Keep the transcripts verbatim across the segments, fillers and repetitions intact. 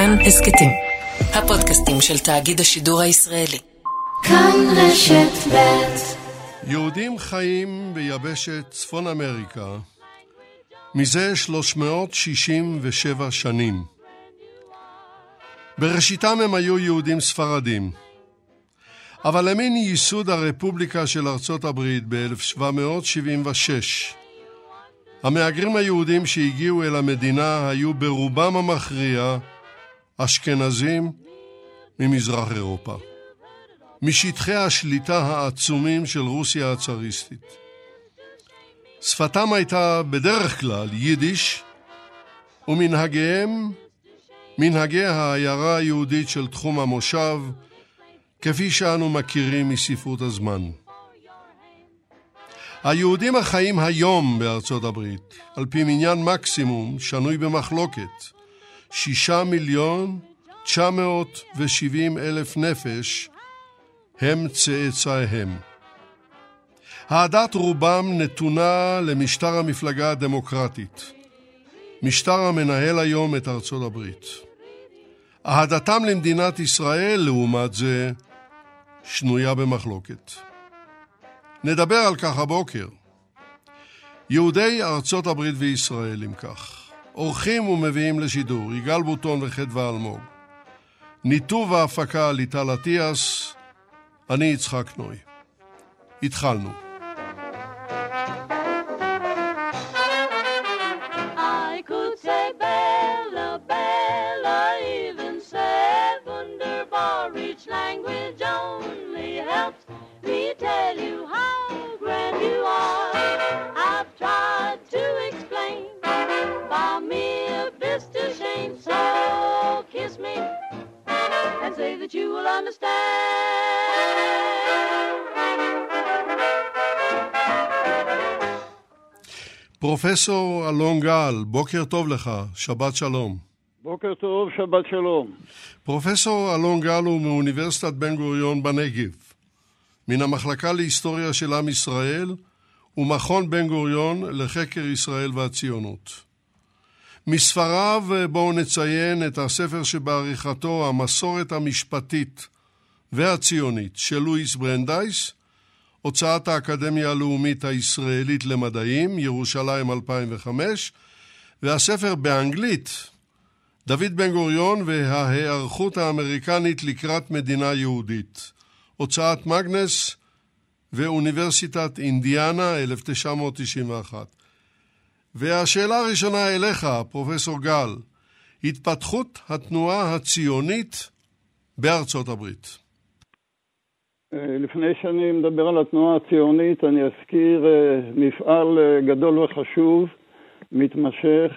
כאן הסקטים, הפודקאסטים של תאגיד השידור הישראלי. כאן רשת ב'. יהודים חיים ביבשת צפון אמריקה מזה שלוש מאות שישים ושבע שנים. בראשיתם הם היו יהודים ספרדים, אבל למין ייסוד הרפובליקה של ארצות הברית ב-אלף שבע מאות שבעים ושש, המהגרים היהודים שהגיעו אל המדינה היו ברובם המכריע אשכנזים ממזרח אירופה, משטחי השליטה העצומים של רוסיה הצאריסטית. שפתם הייתה בדרך כלל יידיש, ומנהגיהם מנהגי העיירה היהודית של תחום המושב, כפי שאנו מכירים מספרות הזמן. היהודים החיים היום בארצות הברית, על פי מניין מקסימום שנוי במחלוקת, שישה מיליון תשע מאות ושבעים אלף נפש, הם צאצאיהם. העדת רובם נתונה למשטר המפלגה הדמוקרטית, משטר המנהל היום את ארצות הברית. אהדתם למדינת ישראל, לעומת זה, שנויה במחלוקת. נדבר על כך הבוקר. יהודי ארצות הברית וישראל, אם כך, אורחים ומביאים לשידור יגאל בוטון וחדווה אלמוג. ניתוב והפקה ליטל אטיאס, אני יצחק נוי. התחלנו. I could say Bella, Bella, even say wunderbar, each language only helps me tell you how grand you are. I've tried to explain, by me a bit ashamed, so kiss me and say that you will understand. פרופסור אלון גל, בוקר טוב לך, שבת שלום. בוקר טוב, שבת שלום. פרופסור אלון גל הוא מאוניברסיטת בן גוריון בנגב, מן המחלקה להיסטוריה של עם ישראל ומכון בן גוריון לחקר ישראל והציונות. מספריו בואו נציין את הספר שבעריכתו המסורת המשפטית והציונית של לואיס ברנדייס, הוצאת האקדמיה הלאומית הישראלית למדעים, ירושלים אלפיים וחמש, והספר באנגלית, דוד בן גוריון וההיערכות האמריקנית לקראת מדינה יהודית, הוצאת מגנס ואוניברסיטת אינדיאנה אלף תשע מאות תשעים ואחת. והשאלה הראשונה אליך, פרופסור גל, התפתחות התנועה הציונית בארצות הברית. לפני שאני מדבר על התנועה הציונית, אני אזכיר מפעל גדול וחשוב, מתמשך,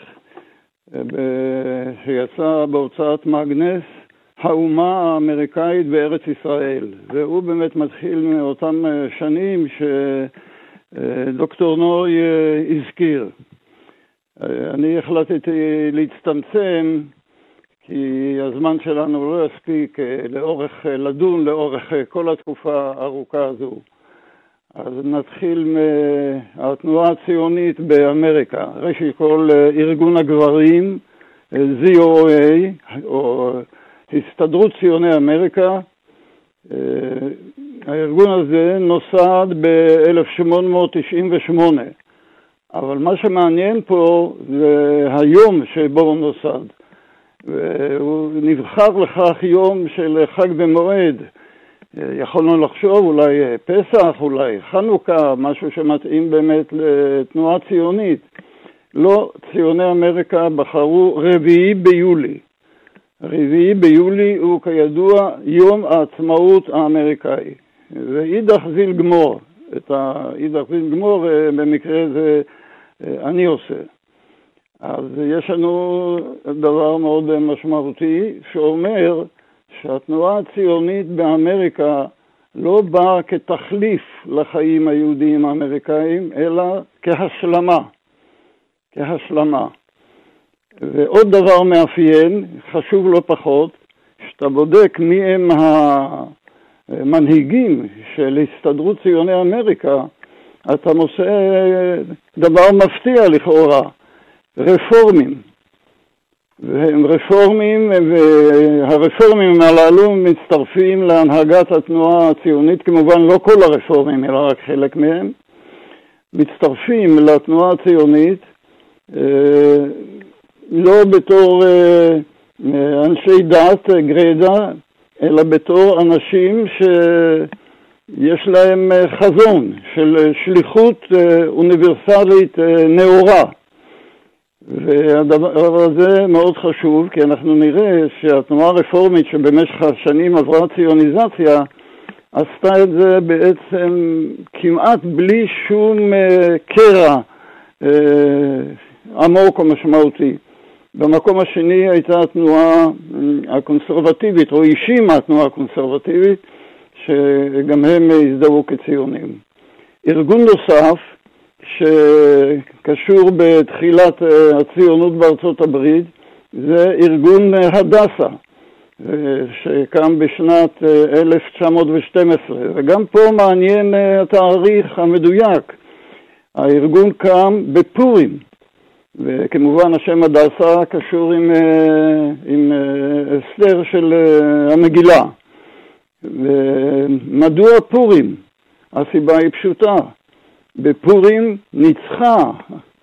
שיצא בהוצאת מגנס, האומה האמריקאית בארץ ישראל. והוא באמת מתחיל מאותם שנים שדוקטור נוי הזכיר. אני החלטתי להצטמצם, כי הזמן שלנו לא יספיק לאורך, לדון לאורך כל התקופה הארוכה הזו. אז נתחיל מהתנועה הציונית באמריקה. ראשית כל ארגון הגברים, זי או איי, או הסתדרות ציוני אמריקה. הארגון הזה נוסד ב-אלף שמונה מאות תשעים ושמונה. אבל מה שמעניין פה זה היום שבו הוא נוסד. והוא נבחר לכך יום של חג במועד. יכולנו לחשוב אולי פסח, אולי חנוכה, משהו שמתאים באמת לתנועה ציונית. לא, ציוני אמריקה בחרו רביעי ביולי. רביעי ביולי הוא כידוע יום העצמאות האמריקאי. ואידך זיל גמור, את האידך זיל גמור במקרה זה אני עושה. אז יש לנו דבר מאוד משמעותי שאומר שהתנועה הציונית באמריקה לא באה כתחליף לחיים היהודיים האמריקאים, אלא כהשלמה. כהשלמה. ועוד דבר מאפיין, חשוב לא פחות, שאתה בודק מי הם המנהיגים של הסתדרות ציוני אמריקה, אתה מוצא דבר מפתיע לכאורה. רפורמים. והם רפורמים, והרפורמים הללו מצטרפים להנהגת התנועה הציונית, כמובן לא כל הרפורמים, אלא רק חלק מהם, מצטרפים לתנועה הציונית, לא בתור אנשי דת גרידא, אלא בתור אנשים שיש להם חזון של שליחות אוניברסלית נאורה. והדבר הזה מאוד חשוב, כי אנחנו נראה שהתנועה הרפורמית שבמשך השנים עברה ציוניזציה, עשתה את זה בעצם כמעט בלי שום קרע עמוק או משמעותי. במקום השני הייתה התנועה הקונסרבטיבית, או אישים מהתנועה הקונסרבטיבית, שגם הם הזדהו כציונים. ארגון נוסף, שקשור בתחילת הציונות בארצות הברית, זה ארגון הדסה, שקם בשנת אלף תשע מאות ושתים עשרה, וגם פה מעניין התאריך המדויק. הארגון קם בפורים, וכמובן השם הדסה קשור עם, עם אסתר של המגילה. ומדוע פורים? הסיבה היא פשוטה. בפורים ניצחה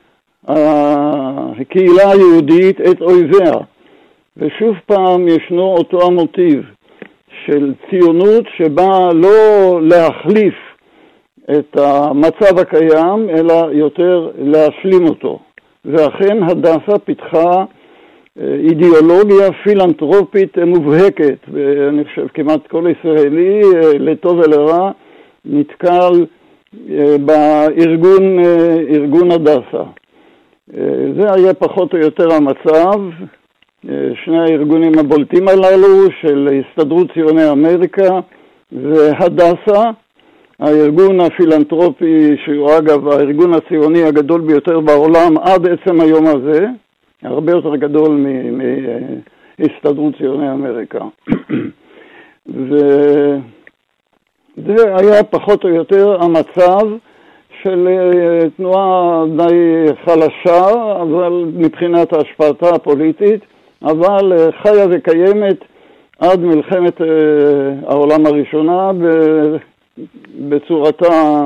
הקהילה היהודית את אויביה, ושוב פעם ישנו אותו המוטיב של ציונות שבאה לא להחליף את המצב הקיים, אלא יותר להשלים אותו. ואכן הדסה פיתחה אידיאולוגיה פילנטרופית מובהקת, ואני חושב כמעט כל ישראלי, לטוב ולרע, נתקל בארגון ארגון הדסה. זה היה פחות או יותר המצב. שני הארגונים הבולטים הללו של הסתדרות ציוני אמריקה והדסה, הארגון הפילנטרופי שהוא אגב הארגון הציוני הגדול ביותר בעולם עד עצם היום הזה, הרבה יותר גדול מהסתדרות ציוני אמריקה. וזה היה פחות או יותר המצב של תנועה די חלשה, אבל מבחינת השפעתה הפוליטית, אבל חיה וקיימת עד מלחמת העולם הראשונה בצורתה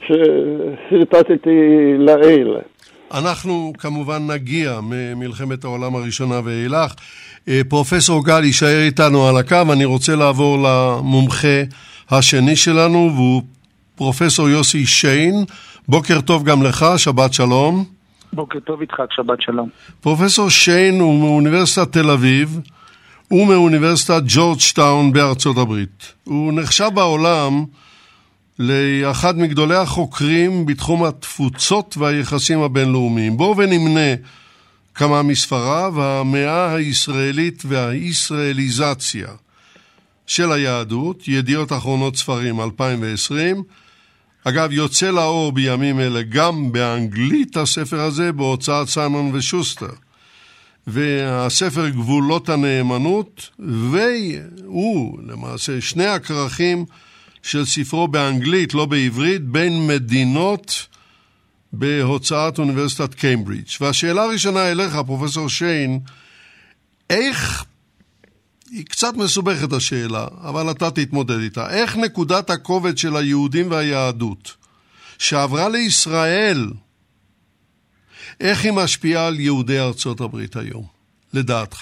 שסרטטתי לעיל. אנחנו כמובן נגיע ממלחמת העולם הראשונה ואילך. פרופסור גל יישאר איתנו על הקו, אני רוצה לעבור למומחה השני שלנו, והוא פרופסור יוסי שיין. בוקר טוב גם לך, שבת שלום. בוקר טוב איתך, שבת שלום. פרופסור שיין הוא מאוניברסיטת תל אביב, ומאוניברסיטת ג'ורג'טאון בארצות הברית. הוא נחשב בעולם לאחד מגדולי החוקרים בתחום התפוצות והיחסים הבינלאומיים. בואו ונמנה כמה מספריו: המאה הישראלית והישראליזציה של היהדות, ידיעות אחרונות ספרים אלפיים ועשרים. אגב, יוצא לאור בימים אלה גם באנגלית הספר הזה, בהוצאת סיימון ושוסטר. והספר גבולות הנאמנות, והוא למעשה שני הכרכים של ספרו באנגלית, לא בעברית, בין מדינות, בהוצאת אוניברסיטת קיימברידג'. והשאלה הראשונה אליך, פרופסור שיין, איך, היא קצת מסובכת השאלה, אבל אתה תתמודד איתה, איך נקודת הכובד של היהודים והיהדות שעברה לישראל, איך היא משפיעה על יהודי ארצות הברית היום, לדעתך?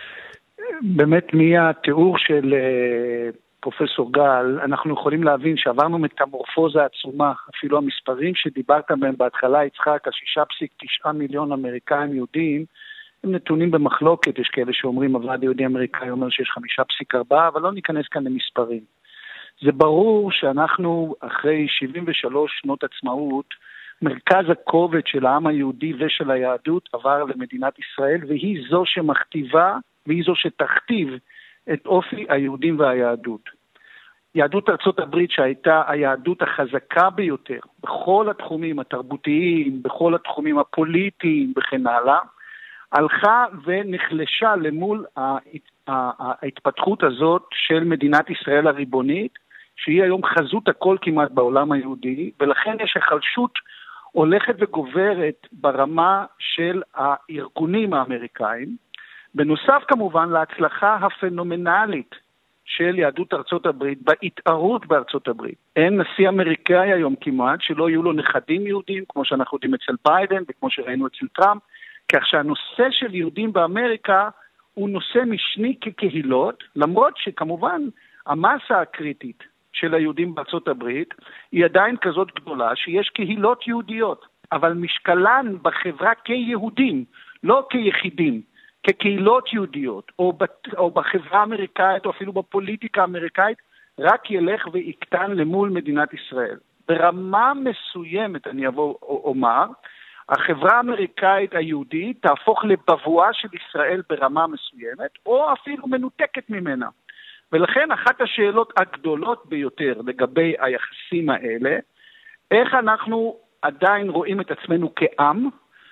באמת מהתיאור של פרופסור גל, אנחנו יכולים להבין שעברנו מטמורפוזה עצומה. אפילו המספרים שדיברת בהם בהתחלה, יצחק, השישה פסיק תשעה מיליון אמריקאים יהודים, הם נתונים במחלוקת. יש כאלה שאומרים, הוועד היהודי אמריקאי אומר שיש חמישה פסיק ארבעה, אבל לא ניכנס כאן למספרים. זה ברור שאנחנו אחרי שבעים ושלוש שנות עצמאות, מרכז הכובד של העם היהודי ושל היהדות עבר למדינת ישראל, והיא זו שמכתיבה, והיא זו שתכתיב את אופי היהודים והיהדות. יהדות ארצות הברית, שהייתה היהדות החזקה ביותר בכל התחומים התרבותיים, בכל התחומים הפוליטיים וכן הלאה, הלכה ונחלשה למול ההתפתחות הזאת של מדינת ישראל הריבונית, שהיא היום חזות הכל כמעט בעולם היהודי, ולכן יש החלשות הולכת וגוברת ברמה של הארגונים האמריקאים, בנוסף כמובן להצלחה הפנומנלית של יהדות ארצות הברית בהתערות בארצות הברית. אין נשיא אמריקאי היום כמעט שלא יהיו לו נכדים יהודים, כמו שאנחנו יודעים אצל ביידן וכמו שראינו אצל טראמפ, כך שהנושא של יהודים באמריקה הוא נושא משני כקהילות, למרות שכמובן המסה הקריטית של היהודים בארצות הברית היא עדיין כזאת גדולה שיש קהילות יהודיות, אבל משקלן בחברה כיהודים, לא כיחידים, כקהילות יהודיות, או, בת, או בחברה האמריקאית, או אפילו בפוליטיקה האמריקאית, רק ילך ויקטן למול מדינת ישראל. ברמה מסוימת, אני אבוא אומר, החברה האמריקאית היהודית תהפוך לבבואה של ישראל ברמה מסוימת, או אפילו מנותקת ממנה. ולכן אחת השאלות הגדולות ביותר לגבי היחסים האלה, איך אנחנו עדיין רואים את עצמנו כעם,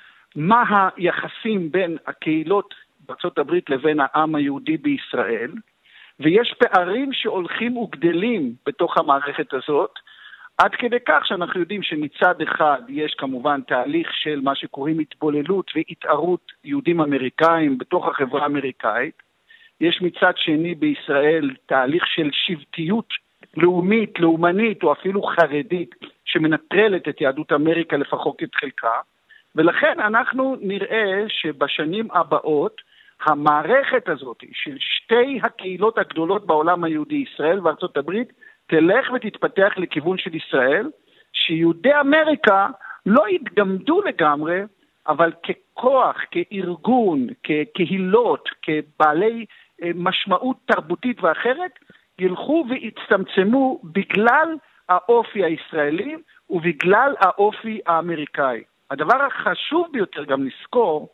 מה היחסים בין הקהילות בארצות הברית לבין העם היהודי בישראל, ויש פערים שהולכים וגדלים בתוך המערכת הזאת, עד כדי כך שאנחנו יודעים שמצד אחד יש כמובן תהליך של מה שקוראים התבוללות והתערות יהודים אמריקאים בתוך החברה האמריקאית, יש מצד שני בישראל תהליך של שבטיות לאומית, לאומנית או אפילו חרדית שמנטרלת את יהדות אמריקה לפחות את חלקה, ולכן אנחנו נראה שבשנים הבאות המערכת הזאת של שתי הקהילות הגדולות בעולם היהודי, ישראל וארצות הברית, תלך ותתפתח לכיוון של ישראל, שיהודי אמריקה לא יתגמדו לגמרי, אבל ככוח, כארגון, כקהילות, כבעלי משמעות תרבותית ואחרת, ילכו והצטמצמו בגלל האופי הישראלי ובגלל האופי האמריקאי. הדבר החשוב ביותר גם לזכור,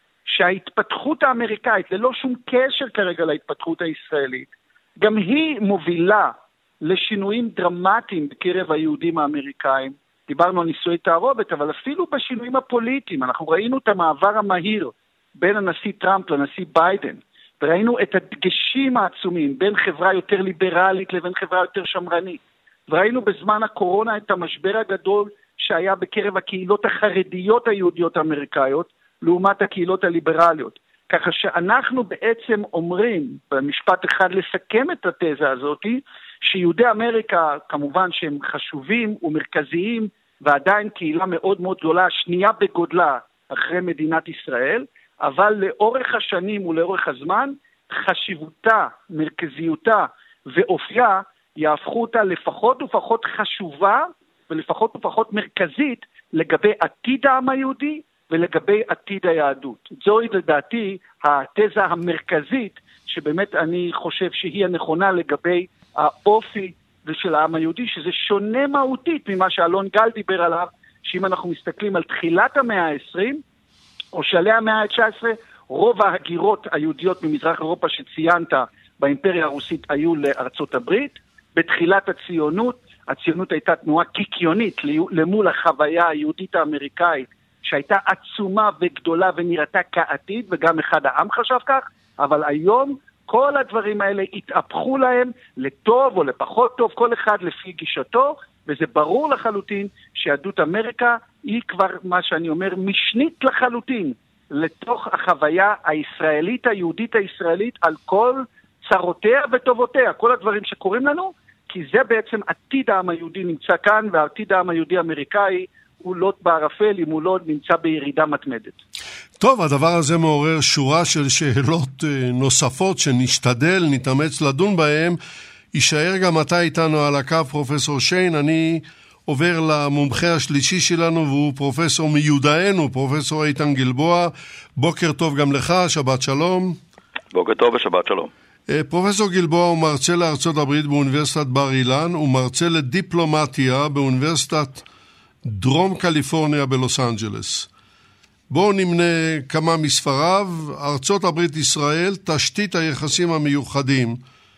שההתפתחות האמריקאית, ללא שום קשר כרגע להתפתחות הישראלית, גם היא מובילה לשינויים דרמטיים בקרב היהודים האמריקאים. דיברנו על נישואי תערובת, אבל אפילו בשינויים הפוליטיים, אנחנו ראינו את המעבר המהיר בין הנשיא טראמפ לנשיא ביידן, וראינו את הדגשים העצומים בין חברה יותר ליברלית לבין חברה יותר שמרנית, וראינו בזמן הקורונה את המשבר הגדול שהיה בקרב הקהילות החרדיות היהודיות האמריקאיות, לעומת הקהילות הליברליות. ככה שאנחנו בעצם אומרים, במשפט אחד לסכם את התזה הזאת, שיהודי אמריקה כמובן שהם חשובים ומרכזיים, ועדיין קהילה מאוד מאוד גדולה, שנייה בגודלה אחרי מדינת ישראל, אבל לאורך השנים ולאורך הזמן, חשיבותה, מרכזיותה ואופייה, יהפכו אותה לפחות ופחות חשובה, ולפחות ופחות מרכזית, לגבי עתיד העם היהודי, ולגבי עתיד היהדות. זוהי לדעתי התזה המרכזית, שבאמת אני חושב שהיא הנכונה לגבי האופי של העם היהודי, שזה שונה מהותית ממה שאלון גל דיבר עליו, שאם אנחנו מסתכלים על תחילת המאה ה-עשרים, או שעלי המאה ה-תשע עשרה, רוב ההגירות היהודיות ממזרח אירופה שציינת באימפריה הרוסית היו לארצות הברית. בתחילת הציונות, הציונות הייתה תנועה קיקיונית למול החוויה היהודית האמריקאית, שהייתה עצומה וגדולה ונראתה כעתיד, וגם אחד העם חשב כך, אבל היום כל הדברים האלה התהפכו להם לטוב או לפחות טוב, כל אחד לפי גישתו, וזה ברור לחלוטין שיהדות אמריקה היא כבר, מה שאני אומר, משנית לחלוטין, לתוך החוויה הישראלית, היהודית הישראלית, על כל צרותיה וטובותיה, כל הדברים שקוראים לנו, כי זה בעצם עתיד העם היהודי נמצא כאן, והעתיד העם היהודי האמריקאי הוא לוט בערפל אם הוא לא נמצא בירידה מתמדת. טוב, הדבר הזה מעורר שורה של שאלות נוספות שנשתדל, נתאמץ לדון בהן. יישאר גם אתה איתנו על הקו, פרופסור שיין. אני עובר למומחה השלישי שלנו, והוא פרופסור מיודענו, פרופסור איתן גלבוע. בוקר טוב גם לך, שבת שלום. בוקר טוב ושבת שלום. פרופסור גלבוע הוא מרצה לארצות הברית באוניברסיטת בר אילן, הוא מרצה לדיפלומטיה באוניברסיטת דרום קליפורניה בלוס אנג'לס. בואו נמנה כמה מספריו. ארצות הברית ישראל, תשתית היחסים המיוחדים,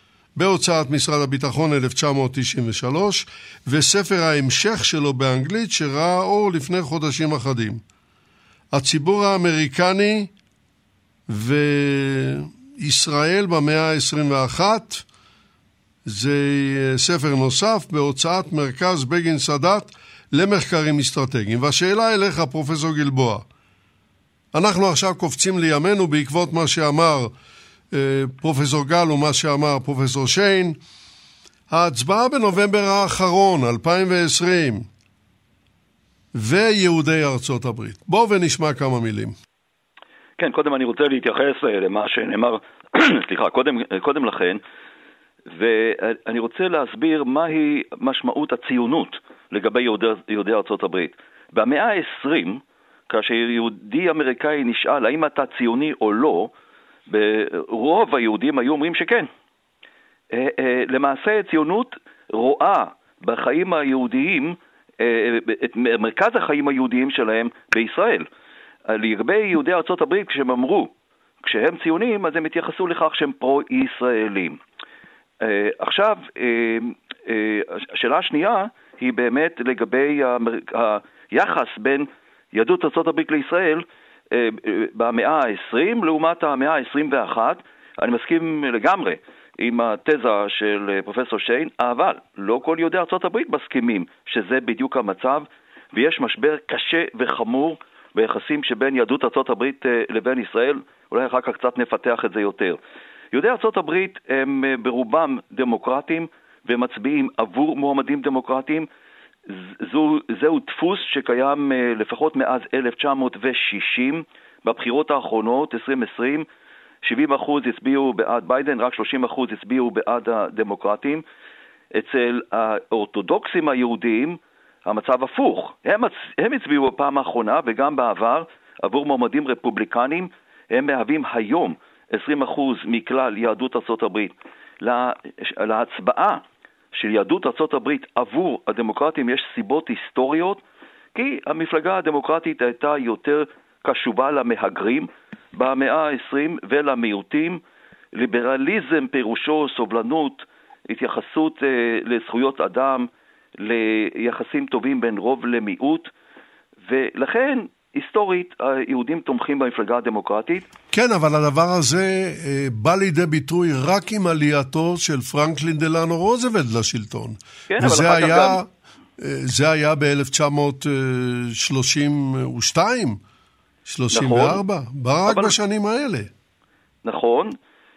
בהוצאת משרד הביטחון אלף תשע מאות תשעים ושלוש, וספר ההמשך שלו באנגלית שראה אור לפני חודשים אחדים. הציבור האמריקני וישראל במאה ה-עשרים ואחת, זה ספר נוסף בהוצאת מרכז בגין סאדאת למחקרים אסטרטגיים. והשאלה אליך, פרופסור גלבוע, אנחנו עכשיו קופצים לימינו בעקבות מה שאמר אה, פרופסור גל ומה שאמר פרופסור שיין. ההצבעה בנובמבר האחרון, אלפיים ועשרים, ויהודי ארצות הברית. בואו ונשמע כמה מילים. כן, קודם אני רוצה להתייחס למה שנאמר, סליחה, קודם, קודם לכן, ואני רוצה להסביר מהי משמעות הציונות לגבי יהודי, יהודי ארצות הברית. במאה ה-עשרים, כאשר יהודי אמריקאי נשאל האם אתה ציוני או לא, ברוב היהודים היו אומרים שכן. למעשה ציונות רואה בחיים היהודיים את מרכז החיים היהודיים שלהם בישראל. לגבי יהודי ארצות הברית, כשהם אמרו, כשהם ציונים, אז הם התייחסו לכך שהם פרו-ישראלים. עכשיו, השאלה השנייה היא באמת לגבי היחס בין יהדות ארצות הברית לישראל במאה ה-עשרים לעומת המאה ה-עשרים ואחת. אני מסכים לגמרי עם התזה של פרופסור שיין, אבל לא כל יהודי ארצות הברית מסכימים שזה בדיוק המצב, ויש משבר קשה וחמור ביחסים שבין יהדות ארצות הברית לבין ישראל. אולי אחר כך קצת נפתח את זה יותר. יהודי ארצות הברית הם ברובם דמוקרטים ומצביעים עבור מועמדים דמוקרטיים. זו, זהו דפוס שקיים לפחות מאז אלף תשע מאות ושישים. בבחירות האחרונות, עשרים עשרים, שבעים אחוז הצביעו בעד ביידן, רק שלושים אחוז הצביעו בעד הדמוקרטים. אצל האורתודוקסים היהודיים המצב הפוך. הם, הם הצביעו בפעם האחרונה וגם בעבר עבור מועמדים רפובליקנים. הם מהווים היום עשרים אחוז מכלל יהדות ארצות הברית. לה, להצבעה של יהדות ארצות הברית עבור הדמוקרטים יש סיבות היסטוריות, כי המפלגה הדמוקרטית הייתה יותר קשובה למהגרים במאה ה-עשרים ולמיעוטים. ליברליזם פירושו סובלנות, התייחסות אה, לזכויות אדם, ליחסים טובים בין רוב למיעוט, ולכן היסטורית היהודים תומכים במפלגה הדמוקרטית. כן, אבל הדבר הזה אה, בא לידי ביטוי רק עם עלייתו של פרנקלין דלאנו רוזוולט לשלטון. כן, וזה היה, גם... אה, זה היה ב-אלף תשע מאות שלושים ושתיים, שלושים וארבע, נכון, רק אבל... בשנים האלה. נכון.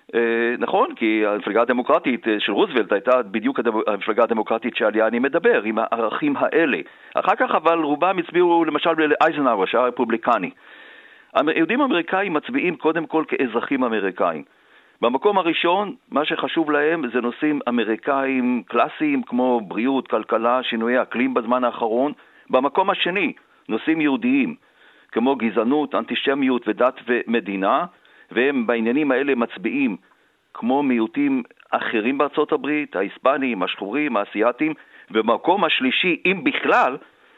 נכון, כי המפלגה הדמוקרטית של רוזוולט הייתה בדיוק המפלגה הדמוקרטית שעליה אני מדבר, עם הערכים האלה. אחר כך אבל רובם הצביעו למשל לאייזנהאואר, שהיה רפובליקני. היהודים האמריקאים מצביעים קודם כל כאזרחים אמריקאים. במקום הראשון, מה שחשוב להם זה נושאים אמריקאים קלאסיים כמו בריאות, כלכלה, שינויי אקלים בזמן האחרון. במקום השני, נושאים יהודיים כמו גזענות, אנטישמיות ודת ומדינה. והם בעניינים האלה מצביעים כמו מיעוטים אחרים בארצות הברית, ההיספנים, השחורים, האסייתים. ובמקום השלישי, אם בכלל,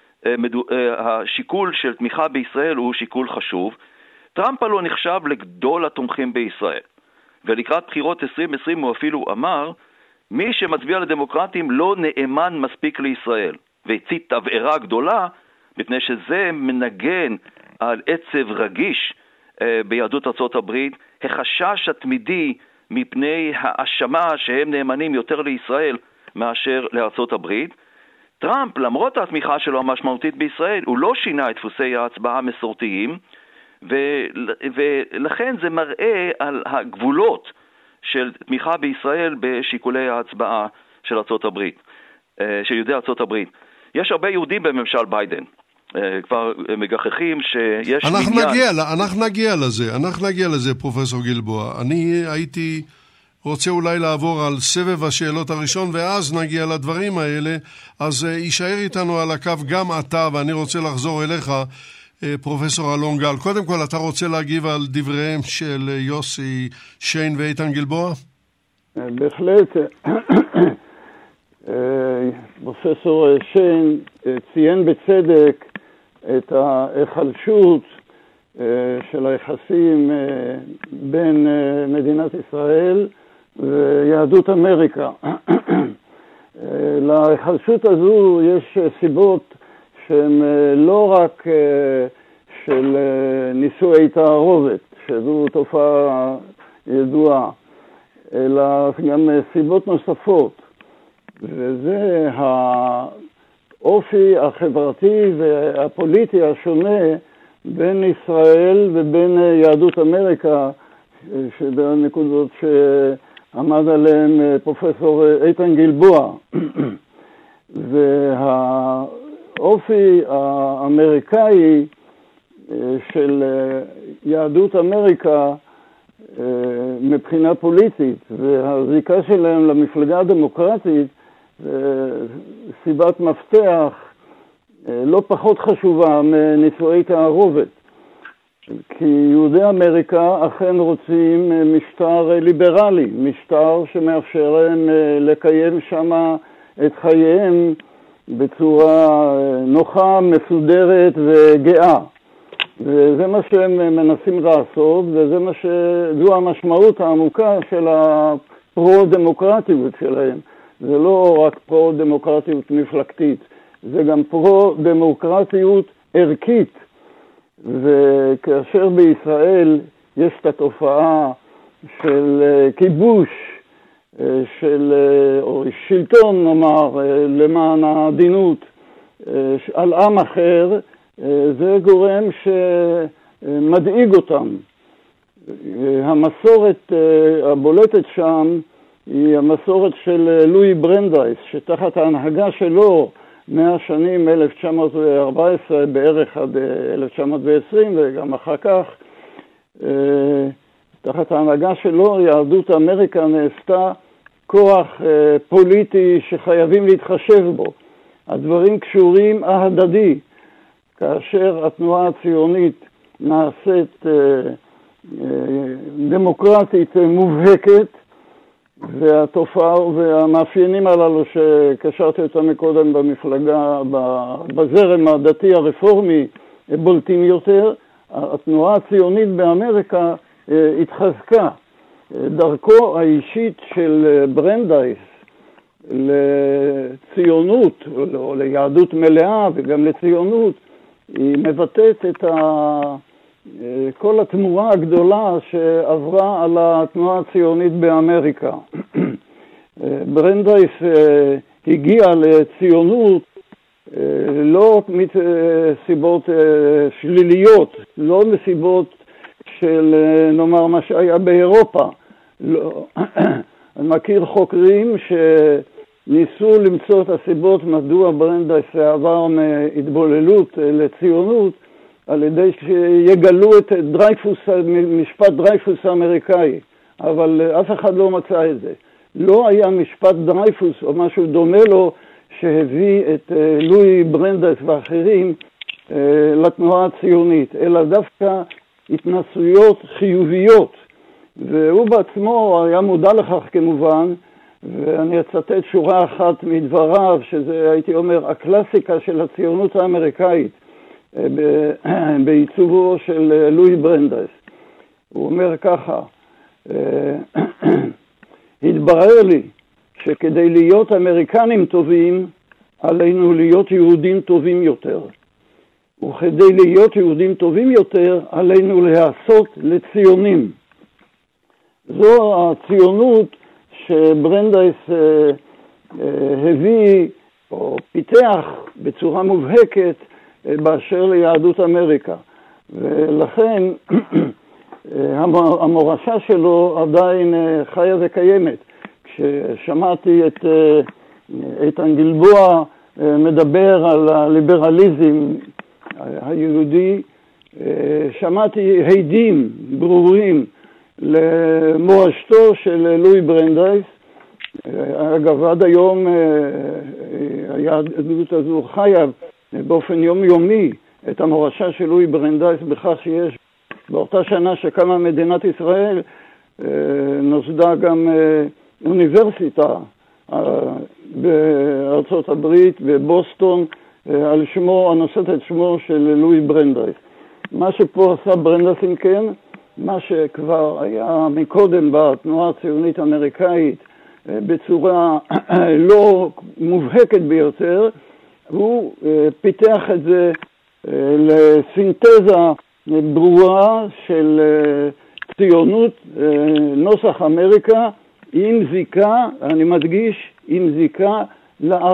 השיקול של תמיכה בישראל הוא שיקול חשוב. טראמפ לא נחשב לגדול התומכים בישראל. ולקראת בחירות עשרים עשרים הוא אפילו אמר, מי שמצביע לדמוקרטים לא נאמן מספיק לישראל. והצית תבערה גדולה, מפני שזה מנגן על עצב רגיש ביהדות ארצות הברית, החשש התמידי מפני האשמה שהם נאמנים יותר לישראל מאשר לארצות הברית. טראמפ, למרות התמיכה שלו המשמעותית בישראל, הוא לא שינה את דפוסי ההצבעה המסורתיים, ולכן זה מראה על הגבולות של תמיכה בישראל בשיקולי ההצבעה של ארצות הברית, של יהודי ארצות הברית. יש הרבה יהודים בממשל ביידן. כבר מגחכים שיש אנחנו מניין... נגיע, אנחנו נגיע לזה, אנחנו נגיע לזה, פרופסור גלבוע. אני הייתי רוצה אולי לעבור על סבב השאלות הראשון, ואז נגיע לדברים האלה. אז יישאר איתנו על הקו גם אתה, ואני רוצה לחזור אליך, פרופסור אלון גל. קודם כל, אתה רוצה להגיב על דבריהם של יוסי שיין ואיתן גלבוע? בהחלט. פרופסור שיין ציין בצדק את ההיחלשות של היחסים בין מדינת ישראל ויהדות אמריקה. להיחלשות הזו יש סיבות שהן לא רק של נישואי תערובת, שזו תופעה ידועה, אלא גם סיבות נוספות. וזה האופי החברתי והפוליטי השונה בין ישראל ובין יהדות אמריקה, שבנקודות שעמד עליהן פרופסור איתן גלבוע. והאופי האמריקאי של יהדות אמריקה מבחינה פוליטית והזיקה שלהם למפלגה הדמוקרטית סיבת מפתח לא פחות חשובה מנישואי תערובת. כי יהודי אמריקה אכן רוצים משטר ליברלי, משטר שמאפשר להם לקיים שם את חייהם בצורה נוחה, מסודרת וגאה. וזה מה שהם מנסים לעשות, וזה מה ש... זו המשמעות העמוקה של הפרו-דמוקרטיות שלהם. זה לא רק פרו-דמוקרטיות מפלגתית, זה גם פרו-דמוקרטיות ערכית. וכאשר בישראל יש את התופעה של כיבוש, של או שלטון נאמר למען העדינות על עם אחר, זה גורם שמדאיג אותם. המסורת הבולטת שם היא המסורת של לואי ברנדייס, שתחת ההנהגה שלו מהשנים אלף תשע מאות וארבע עשרה בערך עד אלף תשע מאות ועשרים וגם אחר כך, תחת ההנהגה שלו יהדות אמריקה נעשתה כוח פוליטי שחייבים להתחשב בו. הדברים קשורים ההדדי. כאשר התנועה הציונית נעשית דמוקרטית מובהקת, והתופעה והמאפיינים הללו שקשרתי אותם מקודם במפלגה, בזרם הדתי הרפורמי בולטים יותר, התנועה הציונית באמריקה התחזקה. דרכו האישית של ברנדייס לציונות, או ליהדות מלאה וגם לציונות, היא מבטאת את ה... כל התמורה הגדולה שעברה על התנועה הציונית באמריקה. ברנדייס הגיע לציונות לא מסיבות שליליות, לא מסיבות של נאמר מה שהיה באירופה. לא. אני מכיר חוקרים שניסו למצוא את הסיבות מדוע ברנדייס עבר מהתבוללות לציונות, על ידי שיגלו את דרייפוס, משפט דרייפוס האמריקאי, אבל אף אחד לא מצא את זה. לא היה משפט דרייפוס או משהו דומה לו שהביא את לואי ברנדייס ואחרים לתנועה הציונית, אלא דווקא התנסויות חיוביות. והוא בעצמו היה מודע לכך כמובן, ואני אצטט שורה אחת מדבריו, שזה הייתי אומר הקלאסיקה של הציונות האמריקאית, בעיצובו של לואי ברנדייס. הוא אומר ככה, התברר לי שכדי להיות אמריקנים טובים, עלינו להיות יהודים טובים יותר. וכדי להיות יהודים טובים יותר, עלינו להעשות לציונים. זו הציונות שברנדייס הביא או פיתח בצורה מובהקת באשר ליהדות אמריקה. ולכן המורשה שלו עדיין חיה וקיימת. כששמעתי את איתן גלבוע מדבר על הליברליזם היהודי, שמעתי הידים ברורים למורשתו של לואי ברנדייס. אגב, עד היום היהדות הזו חיה באופן יומיומי את המורשה של לואי ברנדייס, בכך שיש באותה שנה שקמה מדינת ישראל נוסדה גם אוניברסיטה בארצות הברית בבוסטון על שמו, הנושאת את שמו של לואי ברנדייס. מה שפה עשה ברנדייס אם כן, מה שכבר היה מקודם בתנועה הציונית האמריקאית בצורה לא מובהקת ביותר, הוא פיתח את זה לסינתזה ברורה של ציונות נוסח אמריקה עם זיקה, אני מדגיש, עם זיקה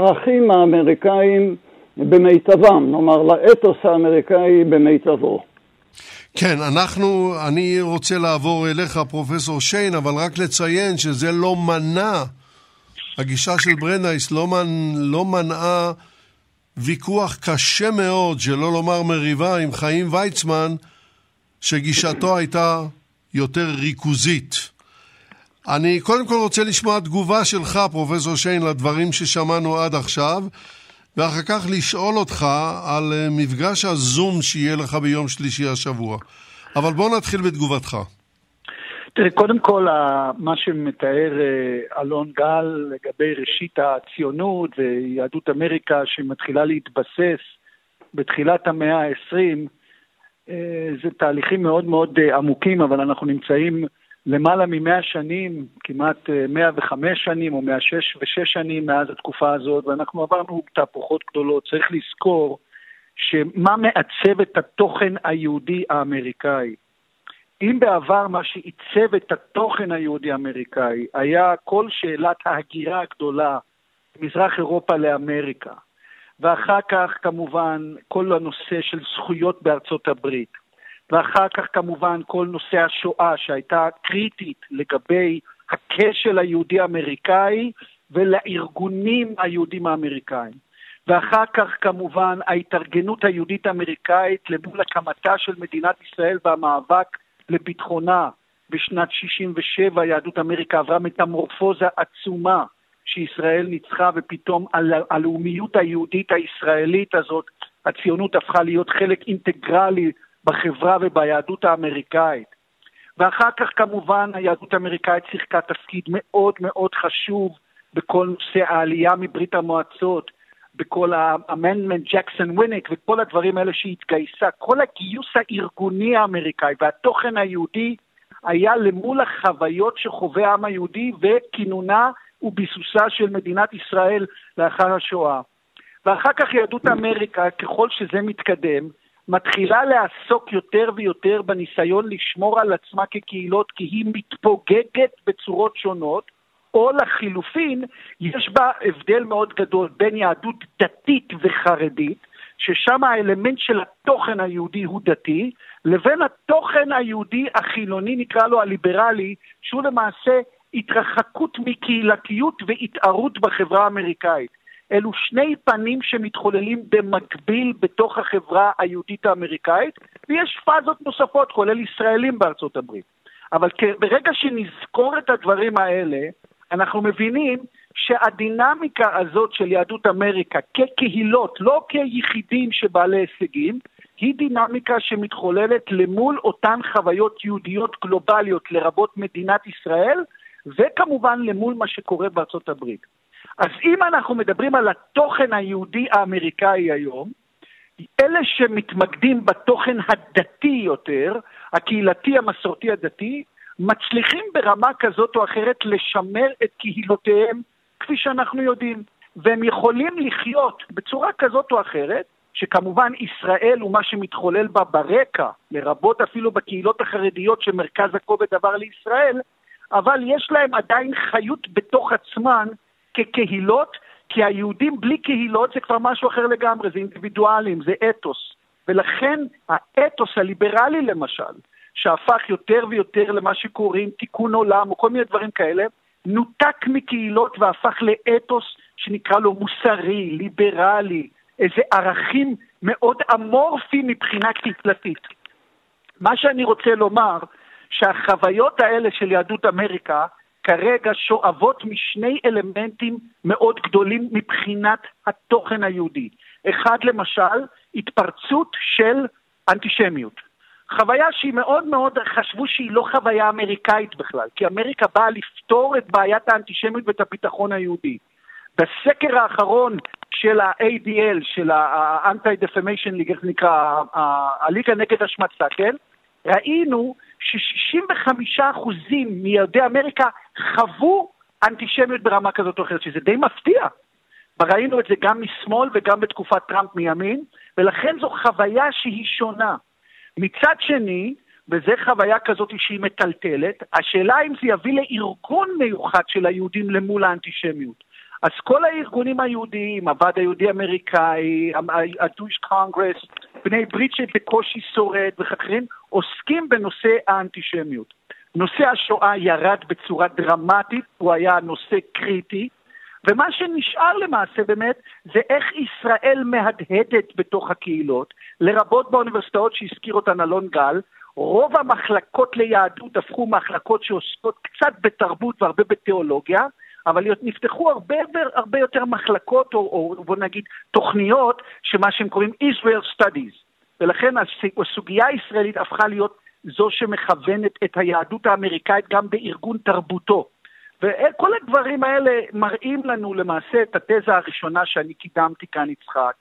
לערכים האמריקאים במיטבם, נאמר לאתוס האמריקאי במיטבו. כן, אנחנו, אני רוצה לעבור אליך, פרופסור שיין, אבל רק לציין שזה לא מנע, הגישה של ברנדייס לא, מנ, לא מנעה ויכוח קשה מאוד, שלא לומר מריבה, עם חיים ויצמן, שגישתו הייתה יותר ריכוזית. אני קודם כל רוצה לשמוע תגובה שלך, פרופסור שיין, לדברים ששמענו עד עכשיו, ואחר כך לשאול אותך על מפגש הזום שיהיה לך ביום שלישי השבוע. אבל בוא נתחיל בתגובתך. תראה, קודם כל, מה שמתאר אלון גל לגבי ראשית הציונות ויהדות אמריקה שמתחילה להתבסס בתחילת המאה ה-עשרים, זה תהליכים מאוד מאוד עמוקים, אבל אנחנו נמצאים למעלה ממאה שנים, כמעט מאה וחמש שנים או מאה שש ושש שנים מאז התקופה הזאת, ואנחנו עברנו תהפוכות גדולות. צריך לזכור שמה מעצב את התוכן היהודי האמריקאי. אם בעבר מה שעיצב את התוכן היהודי האמריקאי היה כל שאלת ההגירה הגדולה מזרח אירופה לאמריקה, ואחר כך כמובן כל הנושא של זכויות בארצות הברית, ואחר כך כמובן כל נושא השואה שהייתה קריטית לגבי הכשל היהודי האמריקאי ולארגונים היהודים האמריקאים, ואחר כך כמובן ההתארגנות היהודית האמריקאית למול הקמתה של מדינת ישראל והמאבק לביטחונה. בשנת שישים ושבע יהדות אמריקה עברה מטמורפוזה עצומה, שישראל ניצחה, ופתאום הלאומיות היהודית הישראלית הזאת, הציונות הפכה להיות חלק אינטגרלי בחברה וביהדות האמריקאית. ואחר כך כמובן היהדות האמריקאית שיחקה תפקיד מאוד מאוד חשוב בכל נושא העלייה מברית המועצות, בכל האמנדמנט ג'קסון וויניק וכל הדברים האלה שהתגייסה. כל הגיוס הארגוני האמריקאי והתוכן היהודי היה למול החוויות שחווה העם היהודי וכינונה וביסוסה של מדינת ישראל לאחר השואה. ואחר כך יהדות אמריקה, ככל שזה מתקדם, מתחילה לעסוק יותר ויותר בניסיון לשמור על עצמה כקהילות, כי היא מתפוגגת בצורות שונות, או לחילופין, יש בה הבדל מאוד גדול בין יהדות דתית וחרדית, ששם האלמנט של התוכן היהודי הוא דתי, לבין התוכן היהודי החילוני, נקרא לו הליברלי, שהוא למעשה התרחקות מקהילתיות והתערות בחברה האמריקאית. אלו שני פנים שמתחוללים במקביל בתוך החברה היהודית האמריקאית, ויש פאזות נוספות, כולל ישראלים בארצות הברית. אבל ברגע שנזכור את הדברים האלה, אנחנו מבינים שהדינמיקה הזאת של יהדות אמריקה כקהילות, לא כיחידים שבעלי הישגים, היא דינמיקה שמתחוללת למול אותן חוויות יהודיות גלובליות לרבות מדינת ישראל, וכמובן למול מה שקורה בארצות הברית. אז אם אנחנו מדברים על התוכן היהודי האמריקאי היום, אלה שמתמקדים בתוכן הדתי יותר, הקהילתי המסורתי הדתי, מצליחים ברמה כזאת או אחרת לשמר את קהילותיהם כפי שאנחנו יודעים, והם יכולים לחיות בצורה כזאת או אחרת, שכמובן ישראל הוא מה שמתחולל בה ברקע, לרבות אפילו בקהילות החרדיות שמרכז הכובד עבר לישראל, אבל יש להם עדיין חיות בתוך עצמן כקהילות, כי היהודים בלי קהילות זה כבר משהו אחר לגמרי, זה אינדיבידואלים, זה אתוס, ולכן האתוס הליברלי למשל, שהפך יותר ויותר למה שקוראים תיקון עולם או כל מיני דברים כאלה, נותק מקהילות והפך לאתוס שנקרא לו מוסרי, ליברלי, איזה ערכים מאוד אמורפיים מבחינה קהילתית. מה שאני רוצה לומר, שהחוויות האלה של יהדות אמריקה כרגע שואבות משני אלמנטים מאוד גדולים מבחינת התוכן היהודי. אחד למשל, התפרצות של אנטישמיות. חוויה שהיא מאוד מאוד חשבו שהיא לא חוויה אמריקאית בכלל, כי אמריקה באה לפתור את בעיית האנטישמיות ואת הביטחון היהודי. בסקר האחרון של ה-איי די אל, של ה-Anti-Defamation League, נקרא, הליגה נגד השמצה, כן? ראינו ש-שישים וחמישה אחוזים מיהודי אמריקה חוו אנטישמיות ברמה כזאת או אחרת, שזה די מפתיע. ראינו את זה גם משמאל וגם בתקופת טראמפ מימין, ולכן זו חוויה שהיא שונה. מצד שני, וזה חוויה כזאת שהיא מטלטלת, השאלה אם זה יביא לארגון מיוחד של היהודים למול האנטישמיות. אז כל הארגונים היהודיים, הוועד היהודי האמריקאי, ה-Jewish Congress, בני ברית שבקושי שורד ואחרים, עוסקים בנושא האנטישמיות. נושא השואה ירד בצורה דרמטית, הוא היה נושא קריטי, ומה שנשאר למעשה באמת זה איך ישראל מהדהדת בתוך הקהילות, לרבות באוניברסיטאות שהזכיר אותן אלון גל. רוב המחלקות ליהדות הפכו מחלקות שעוסקות קצת בתרבות והרבה בתיאולוגיה, אבל נפתחו הרבה, הרבה יותר מחלקות, או, או בוא נגיד תוכניות, שמה שהם קוראים Israel Studies. ולכן הסוגיה הישראלית הפכה להיות זו שמכוונת את היהדות האמריקאית גם בארגון תרבותו. וכל הדברים האלה מראים לנו למעשה את התזה הראשונה שאני קידמתי כאן, יצחק,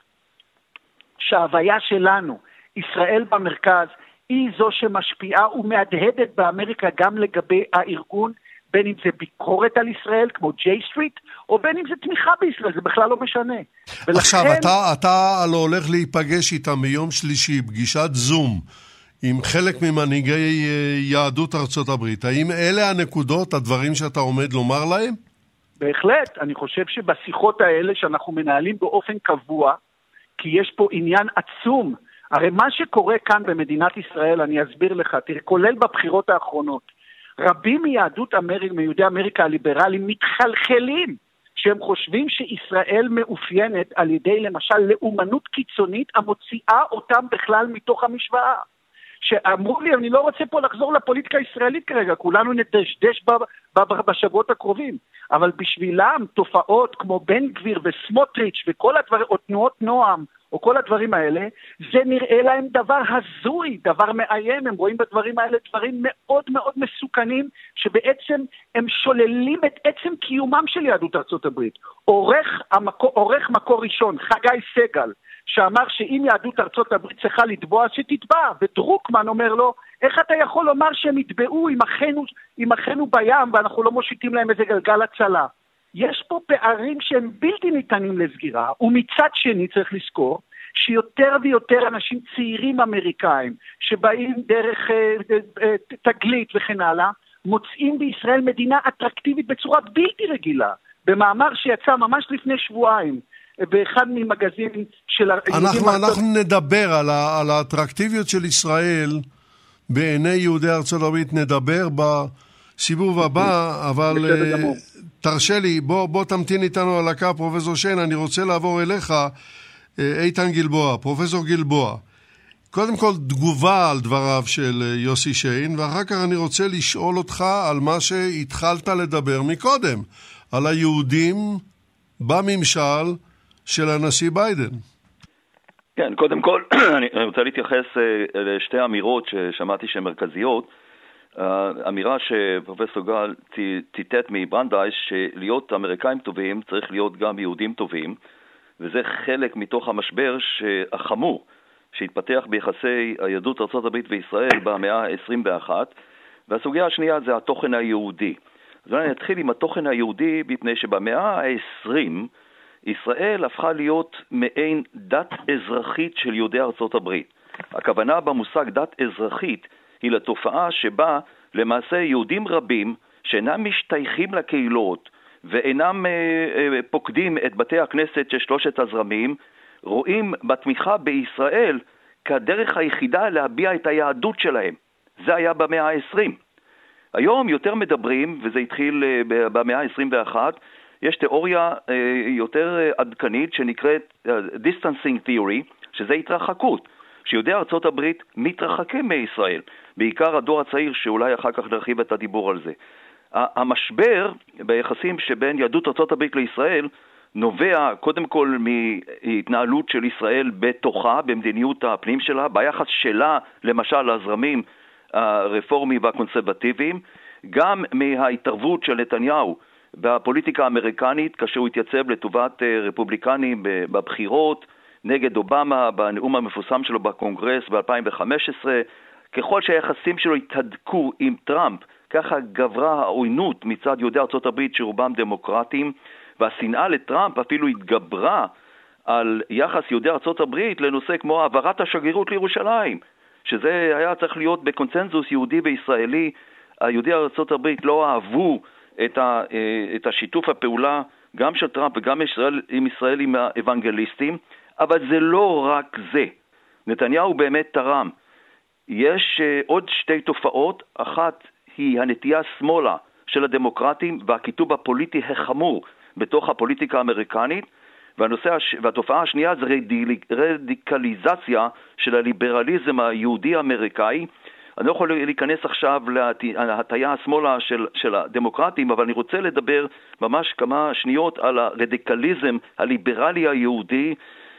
שההוויה שלנו, ישראל במרכז, היא זו שמשפיעה ומהדהדת באמריקה גם לגבי הארגון, בין אם זה ביקורת על ישראל, כמו ג'יי סטריט, או בין אם זה תמיכה בישראל, זה בכלל לא משנה. ולכן... עכשיו, אתה, אתה לא הולך להיפגש איתם ביום שלישי, פגישת זום, עם חלק ממנהיגי יהדות ארצות הברית. האם אלה הנקודות, הדברים שאתה עומד לומר להם? בהחלט. אני חושב שבשיחות האלה שאנחנו מנהלים באופן קבוע, כי יש פה עניין עצום. הרי מה שקורה כאן במדינת ישראל, אני אסביר לך, תראה, כולל בבחירות האחרונות, רבים מיהדות אמריקה, מיהודי אמריקה הליברליים, מתחלחלים, שהם חושבים שישראל מאופיינת על ידי למשל לאומנות קיצונית, המוציאה אותם בכלל מתוך המשוואה. שאמרו לי, אני לא רוצה פה לחזור לפוליטיקה הישראלית כרגע, כולנו נדשדש בשבועות הקרובים, אבל בשבילם תופעות כמו בן גביר וסמוטריץ' וכל הדברים, או תנועות נועם, או כל הדברים האלה, זה נראה להם דבר הזוי, דבר מאיים. הם רואים בדברים האלה דברים מאוד מאוד מסוכנים, שבעצם הם שוללים את עצם קיומם של יהדות ארצות הברית. עורך, המקור, עורך מקור ראשון, חגי סגל, שאמר שאם יהדות ארצות הברית צריכה לתבוע, שתתבע, ודרוקמן אומר לו, איך אתה יכול לומר שהם יתבעו עם אחינו, עם אחינו בים, ואנחנו לא מושיטים להם איזה גלגל הצלה. יש פה פערים שהם בלתי ניתנים לסגירה, ומצד שני צריך לזכור שיותר ויותר אנשים צעירים אמריקאים שבאים דרך תגלית וכן הלאה, מוצאים בישראל מדינה אטרקטיבית בצורה בלתי רגילה. במאמר שיצא ממש לפני שבועיים באחד ממגזינים של... אנחנו, אנחנו נדבר על, ה, על האטרקטיביות של ישראל בעיני יהודי ארצות הברית, נדבר בסיבוב הבא, אבל תרשה לי, בוא, בוא תמתין איתנו על הקו, פרופסור שיין, אני רוצה לעבור אליך, איתן גלבוע, פרופסור גלבוע. קודם כל תגובה על דבריו של יוסי שיין, ואחר כך אני רוצה לשאול אותך על מה שהתחלת לדבר מקודם, על היהודים בממשל של הנשיא ביידן. כן, קודם כל אני רוצה להתייחס לשתי אמירות ששמעתי שהן מרכזיות. האמירה שפרופסור גל ציטט מברנדייס, שלהיות אמריקאים טובים צריך להיות גם יהודים טובים, וזה חלק מתוך המשבר החמור שהתפתח ביחסי היהדות ארצות הברית וישראל במאה ה-עשרים ואחת. והסוגיה השנייה זה התוכן היהודי. אז אני אתחיל עם התוכן היהודי, מפני שבמאה ה-עשרים ישראל הפכה להיות מעין דת אזרחית של יהודי ארצות הברית. הכוונה במושג דת אזרחית היא לתופעה שבה למעשה יהודים רבים שאינם משתייכים לקהילות ואינם אה, אה, פוקדים את בתי הכנסת של שלושת הזרמים, רואים בתמיכה בישראל כדרך היחידה להביע את היהדות שלהם. זה היה במאה ה-עשרים. היום יותר מדברים, וזה התחיל אה, במאה ה-עשרים ואחת, יש תיאוריה אה, יותר אה, עדכנית שנקראת אה, distancing theory, שזה התרחקות. שיהודי ארצות הברית מתרחקים מישראל, בעיקר הדור הצעיר, שאולי אחר כך נרחיב את הדיבור על זה. המשבר ביחסים שבין יהדות ארצות הברית לישראל נובע קודם כל מהתנהלות של ישראל בתוכה, במדיניות הפנים שלה, ביחס שלה למשל לזרמים הרפורמיים והקונסרבטיביים, גם מההתערבות של נתניהו בפוליטיקה האמריקנית, כאשר הוא התייצב לטובת רפובליקנים בבחירות, נגד אובמה בנאום המפורסם שלו בקונגרס ב-אלפיים וחמש עשרה. ככל שהיחסים שלו התהדקו עם טראמפ, ככה גברה העוינות מצד יהודי ארצות הברית שרובם דמוקרטים, והשנאה לטראמפ אפילו התגברה על יחס יהודי ארצות הברית לנושא כמו העברת השגרירות לירושלים, שזה היה צריך להיות בקונצנזוס יהודי וישראלי. היהודי ארצות הברית לא אהבו את, ה, את השיתוף הפעולה גם של טראמפ וגם ישראל, עם ישראל עם האבנגליסטים, אבל זה לא רק זה. נתניהו באמת תרם. יש uh, עוד שתי תופעות, אחת היא הנטייה שמאלה של הדמוקרטים והכיתוב הפוליטי החמור בתוך הפוליטיקה האמריקנית, והנושא, והתופעה השנייה זה רדיקליזציה של הליברליזם היהודי האמריקאי. אני לא יכול להיכנס עכשיו להטיה השמאלה של, של הדמוקרטים, אבל אני רוצה לדבר ממש כמה שניות על הרדיקליזם הליברלי היהודי.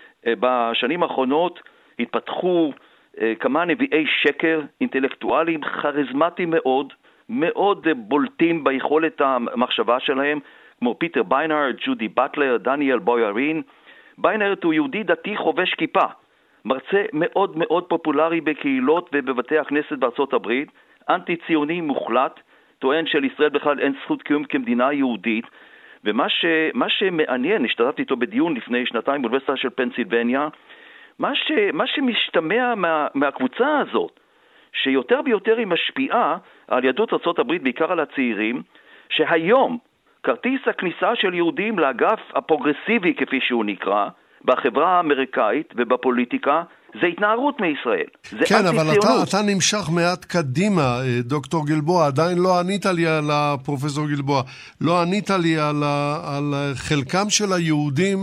בשנים האחרונות התפתחו כמה נביאי שקר אינטלקטואליים חריזמטיים מאוד, מאוד בולטים ביכולת המחשבה שלהם, כמו פיטר ביינרד, ג'ודי באטלר, דניאל בויארין. ביינרד הוא יהודי דתי חובש כיפה, מרצה מאוד מאוד פופולרי בקהילות ובבתי הכנסת בארצות הברית, אנטי ציוני מוחלט, טוען שלישראל בכלל אין זכות קיום כמדינה יהודית, ומה ש, מה שמעניין, השתתפתי איתו בדיון לפני שנתיים באוניברסיטה של פנסילבניה, מה, ש, מה שמשתמע מה, מהקבוצה הזאת, שיותר ויותר היא משפיעה על יהדות ארצות הברית, בעיקר על הצעירים, שהיום כרטיס הכניסה של יהודים לאגף הפרוגרסיבי, כפי שהוא נקרא, בחברה האמריקאית ובפוליטיקה, זה התנערות מישראל. זה כן, אבל אתה, אתה נמשך מעט קדימה, דוקטור גלבוע, עדיין לא ענית לי על הפרופסור גלבוע, לא ענית לי על, על חלקם של היהודים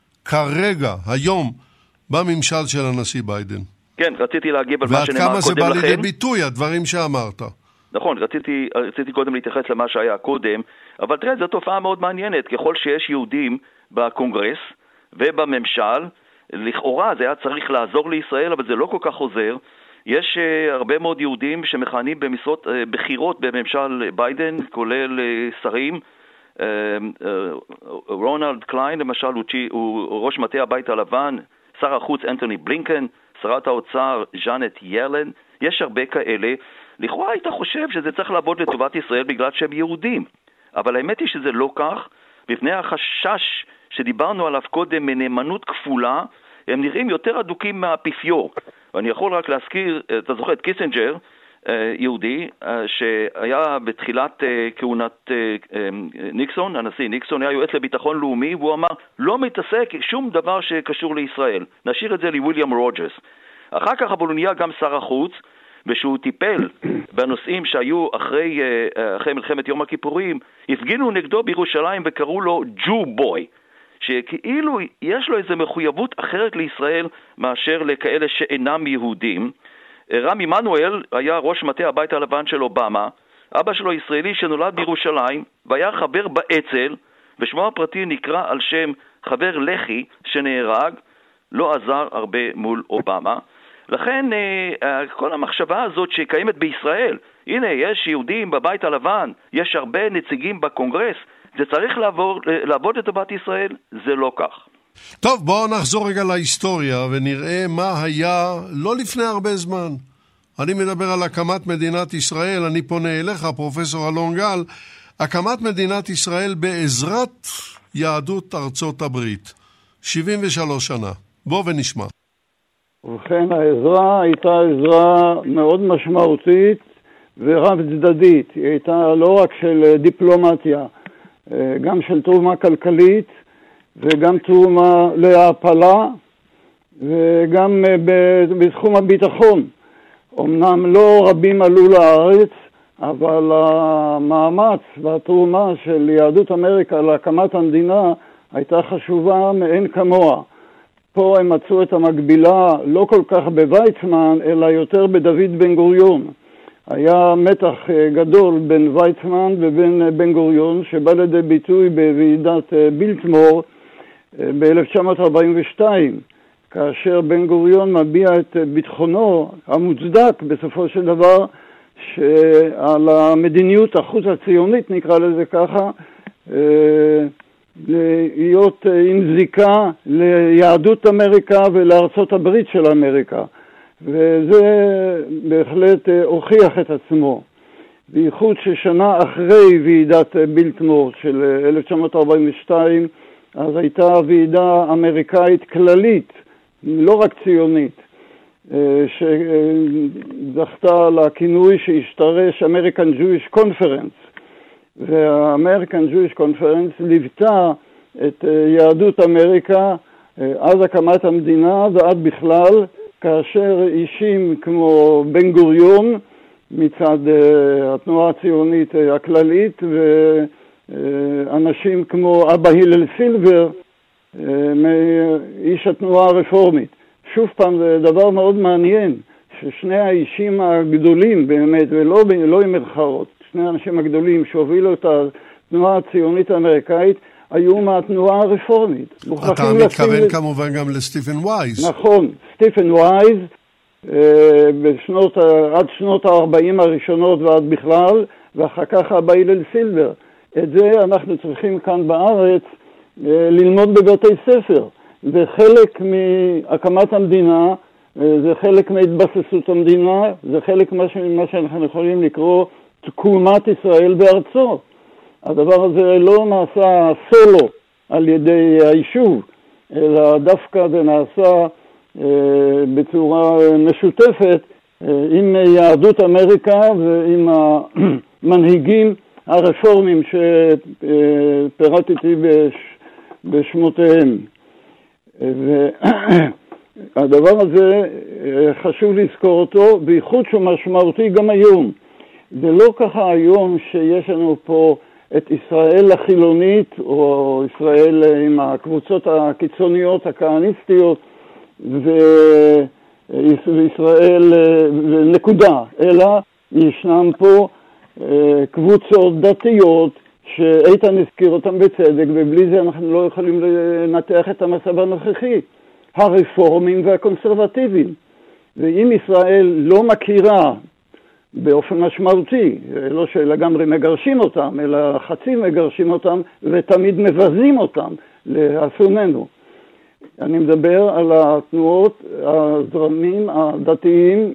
כרגע, היום, בממשל של הנשיא ביידן. כן, רציתי להגיב על מה שנאמר קודם לכן. ועד כמה זה בא לידי ביטוי, הדברים שאמרת. נכון, רציתי, רציתי קודם להתייחס למה שהיה קודם, אבל תראה, זו תופעה מאוד מעניינת. ככל שיש יהודים בקונגרס ובממשל, לכאורה זה היה צריך לעזור לישראל, אבל זה לא כל כך עוזר. יש uh, הרבה מאוד יהודים שמכהנים במשרות uh, בחירות בממשל ביידן, כולל uh, שרים. uh, uh, רונלד קליין, למשל, הוא, הוא ראש מטה הבית הלבן, שר החוץ אנתוני בלינקן, שרת האוצר ז'אנט ילן. יש הרבה כאלה. לכאורה היית חושב שזה צריך לעבוד לטובת ישראל בגלל שהם יהודים. אבל האמת היא שזה לא כך. בפני החשש שדיברנו עליו קודם מנאמנות כפולה, הם נראים יותר אדוקים מהאפיפיור. ואני יכול רק להזכיר, אתה זוכר את קיסינג'ר, יהודי, שהיה בתחילת כהונת ניקסון, הנשיא ניקסון היה יועץ לביטחון לאומי, והוא אמר, לא מתעסק שום דבר שקשור לישראל. נשאיר את זה לוויליאם רוג'רס. אחר כך אבל הוא נהיה גם שר החוץ, ושהוא טיפל בנושאים שהיו אחרי, אחרי מלחמת יום הכיפורים, הפגינו נגדו בירושלים וקראו לו ג'ו בוי, שכאילו יש לו איזו מחויבות אחרת לישראל מאשר לכאלה שאינם יהודים. רם עמנואל היה ראש מטה הבית הלבן של אובמה, אבא שלו ישראלי שנולד בירושלים והיה חבר באצ"ל, ושמו הפרטי נקרא על שם חבר לח"י שנהרג, לא עזר הרבה מול אובמה. לכן כל המחשבה הזאת שקיימת בישראל, הנה יש יהודים בבית הלבן, יש הרבה נציגים בקונגרס, זה צריך לעבור, לעבוד לטובת ישראל, זה לא כך. טוב, בואו נחזור רגע להיסטוריה ונראה מה היה לא לפני הרבה זמן. אני מדבר על הקמת מדינת ישראל, אני פונה אליך, פרופסור אלון גל, הקמת מדינת ישראל בעזרת יהדות ארצות הברית, שבעים ושלוש שנה. בואו ונשמע. ובכן, העזרה הייתה עזרה מאוד משמעותית ורב צדדית. היא הייתה לא רק של דיפלומטיה, גם של תרומה כלכלית וגם תרומה להפלה וגם בתחום הביטחון. אמנם לא רבים עלו לארץ, אבל המאמץ והתרומה של יהדות אמריקה להקמת המדינה הייתה חשובה מאין כמוה. פה הם מצאו את המקבילה לא כל כך בוויצמן, אלא יותר בדוד בן גוריון. היה מתח גדול בין ויצמן ובין בן גוריון, שבא לידי ביטוי בוועידת בילטמור ב-אלף תשע מאות ארבעים ושתיים, כאשר בן גוריון מביע את ביטחונו המוצדק בסופו של דבר, שעל המדיניות החוץ הציונית, נקרא לזה ככה, להיות עם זיקה ליהדות אמריקה ולארצות הברית של אמריקה. וזה בהחלט הוכיח את עצמו. בייחוד ששנה אחרי ועידת בילטמור של אלף תשע מאות ארבעים ושתיים, אז הייתה ועידה אמריקאית כללית, לא רק ציונית, שזכתה לכינוי שהשתרש American Jewish Conference. וה-American Jewish Conference ליוותה את יהדות אמריקה עד הקמת המדינה ועד בכלל, כאשר אישים כמו בן גוריון מצד התנועה הציונית הכללית ואנשים כמו אבא הלל סילבר מאיש התנועה הרפורמית. שוב פעם, זה דבר מאוד מעניין ששני האישים הגדולים באמת, ולא לא עם מרכאות, שני האנשים הגדולים שהובילו את התנועה הציונית האמריקאית היו מהתנועה הרפורמית. אתה מתכוון כמובן גם לסטיפן וייז. נכון, סטיפן וייז בשנות, עד שנות ה-ארבעים הראשונות ועד בכלל, ואחר כך אבא הלל סילבר. את זה אנחנו צריכים כאן בארץ ללמוד בבתי ספר. זה חלק מהקמת המדינה, זה חלק מהתבססות המדינה, זה חלק מה שאנחנו יכולים לקרוא תקומת ישראל בארצו. הדבר הזה לא נעשה סולו על ידי היישוב, אלא דווקא זה נעשה אה, בצורה משותפת אה, עם יהדות אמריקה ועם המנהיגים הרפורמים שפירטתי בש, בשמותיהם. והדבר הזה חשוב לזכור אותו, בייחוד שהוא משמעותי גם היום. זה לא ככה היום שיש לנו פה את ישראל החילונית, או ישראל עם הקבוצות הקיצוניות, הכהניסטיות, וישראל נקודה, אלא ישנם פה קבוצות דתיות שאיתן הזכיר אותם בצדק, ובלי זה אנחנו לא יכולים לנתח את המצב הנוכחי. הרפורמים והקונסרבטיביים. ואם ישראל לא מכירה באופן משמעותי, לא שלגמרי מגרשים אותם, אלא חצי מגרשים אותם ותמיד מבזים אותם לאסוננו. אני מדבר על התנועות, הזרמים הדתיים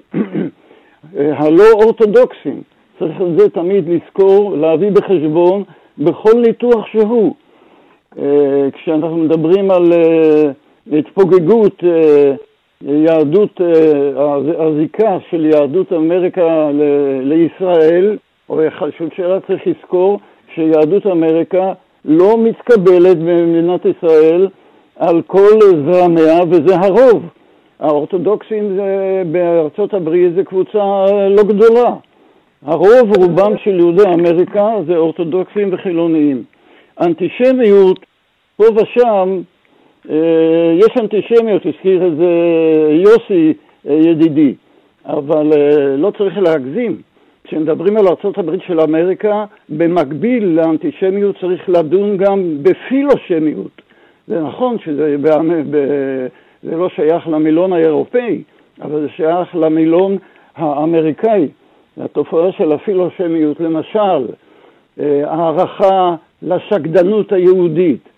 הלא אורתודוקסיים. צריך את זה תמיד לזכור, להביא בחשבון בכל ניתוח שהוא. כשאנחנו מדברים על התפוגגות יהדות, הזיקה של יהדות אמריקה לישראל, או חשוב שאלה צריך לזכור שיהדות אמריקה לא מתקבלת במדינת ישראל על כל זרמיה, וזה הרוב. האורתודוקסים בארצות הברית זה קבוצה לא גדולה. הרוב רובם של יהודי אמריקה זה אורתודוקסים וחילוניים. אנטישמיות, פה ושם, יש אנטישמיות, הזכיר את זה יוסי ידידי, אבל לא צריך להגזים. כשמדברים על ארצות הברית של אמריקה, במקביל לאנטישמיות צריך לדון גם בפילושמיות. זה נכון שזה זה לא שייך למילון האירופאי, אבל זה שייך למילון האמריקאי. התופעה של הפילושמיות, למשל, הערכה לשקדנות היהודית,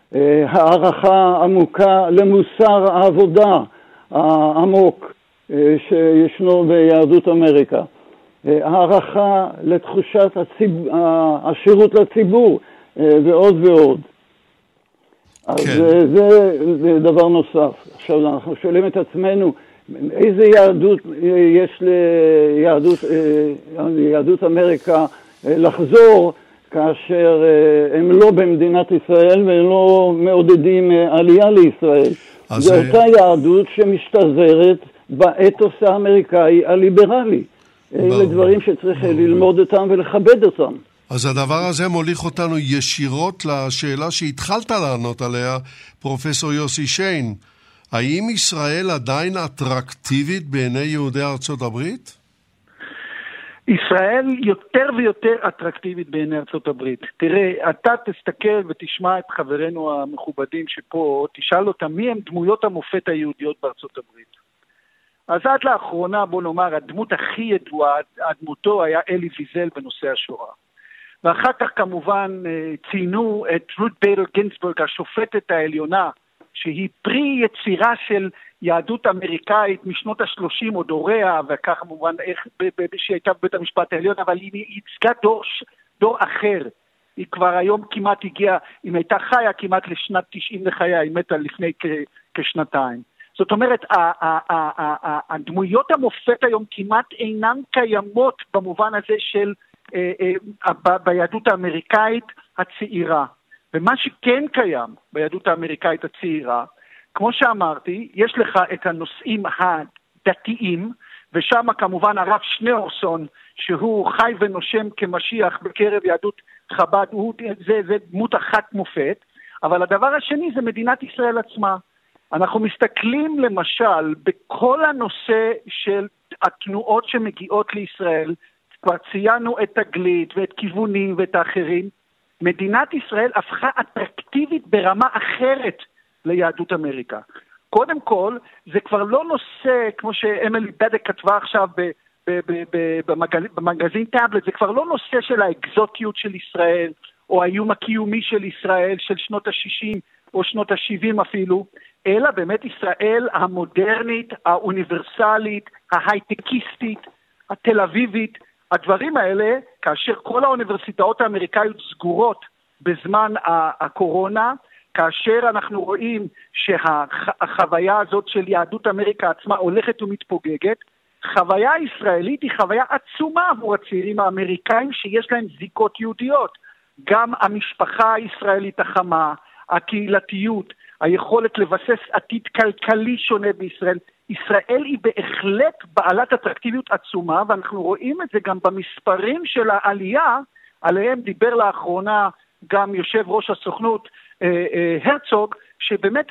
הערכה עמוקה למוסר העבודה העמוק שישנו ביהדות אמריקה, הערכה לתחושת הציב... השירות לציבור ועוד ועוד. אז כן. זה, זה, זה דבר נוסף. עכשיו אנחנו שואלים את עצמנו, איזה יהדות יש ליהדות יהדות אמריקה לחזור כאשר הם לא במדינת ישראל והם לא מעודדים עלייה לישראל. זו אותה יהדות שמשתזרת באתוס האמריקאי הליברלי. אלה דברים שצריך ללמוד אותם ולכבד אותם. אז הדבר הזה מוליך אותנו ישירות לשאלה שהתחלת לענות עליה, פרופסור יוסי שיין. האם ישראל עדיין אטרקטיבית בעיני יהודי ארצות הברית? ישראל יותר ויותר אטרקטיבית בעיני ארצות הברית. תראה, אתה תסתכל ותשמע את חברינו המכובדים שפה, תשאל אותם מי הם דמויות המופת היהודיות בארצות הברית. אז עד לאחרונה, בוא נאמר, הדמות הכי ידועה, הדמותו היה אלי ויזל בנושא השואה. ואחר כך כמובן ציינו את רות ביידר גינסבורג, השופטת העליונה, שהיא פרי יצירה של יהדות אמריקאית משנות השלושים או דוריה, וכך כמובן איך, שהיא הייתה בבית המשפט העליון, אבל היא ייצגה דור, דור אחר. היא כבר היום כמעט הגיעה, אם הייתה חיה כמעט לשנת תשעים לחייה, היא מתה לפני כ, כשנתיים. זאת אומרת, הדמויות המופת היום כמעט אינן קיימות במובן הזה של ביהדות האמריקאית הצעירה. ומה שכן קיים ביהדות האמריקאית הצעירה, כמו שאמרתי, יש לך את הנושאים הדתיים, ושם כמובן הרב שניאורסון, שהוא חי ונושם כמשיח בקרב יהדות חב"ד, הוא, זה, זה דמות אחת מופת, אבל הדבר השני זה מדינת ישראל עצמה. אנחנו מסתכלים למשל בכל הנושא של התנועות שמגיעות לישראל, כבר ציינו את תגלית ואת כיוונים ואת האחרים, מדינת ישראל הפכה אטרקטיבית ברמה אחרת ליהדות אמריקה. קודם כל, זה כבר לא נושא, כמו שאמילי בדק כתבה עכשיו במגזין טאבלט, זה כבר לא נושא של האקזוטיות של ישראל, או האיום הקיומי של ישראל של שנות ה-שישים או שנות ה-שבעים אפילו, אלא באמת ישראל המודרנית, האוניברסלית, ההייטקיסטית, התל אביבית. הדברים האלה, כאשר כל האוניברסיטאות האמריקאיות סגורות בזמן הקורונה, כאשר אנחנו רואים שהחוויה הזאת של יהדות אמריקה עצמה הולכת ומתפוגגת, חוויה ישראלית היא חוויה עצומה עבור הצעירים האמריקאים שיש להם זיקות יהודיות. גם המשפחה הישראלית החמה, הקהילתיות, היכולת לבסס עתיד כלכלי שונה בישראל. ישראל היא בהחלט בעלת אטרקטיביות עצומה, ואנחנו רואים את זה גם במספרים של העלייה, עליהם דיבר לאחרונה גם יושב ראש הסוכנות הרצוג, שבאמת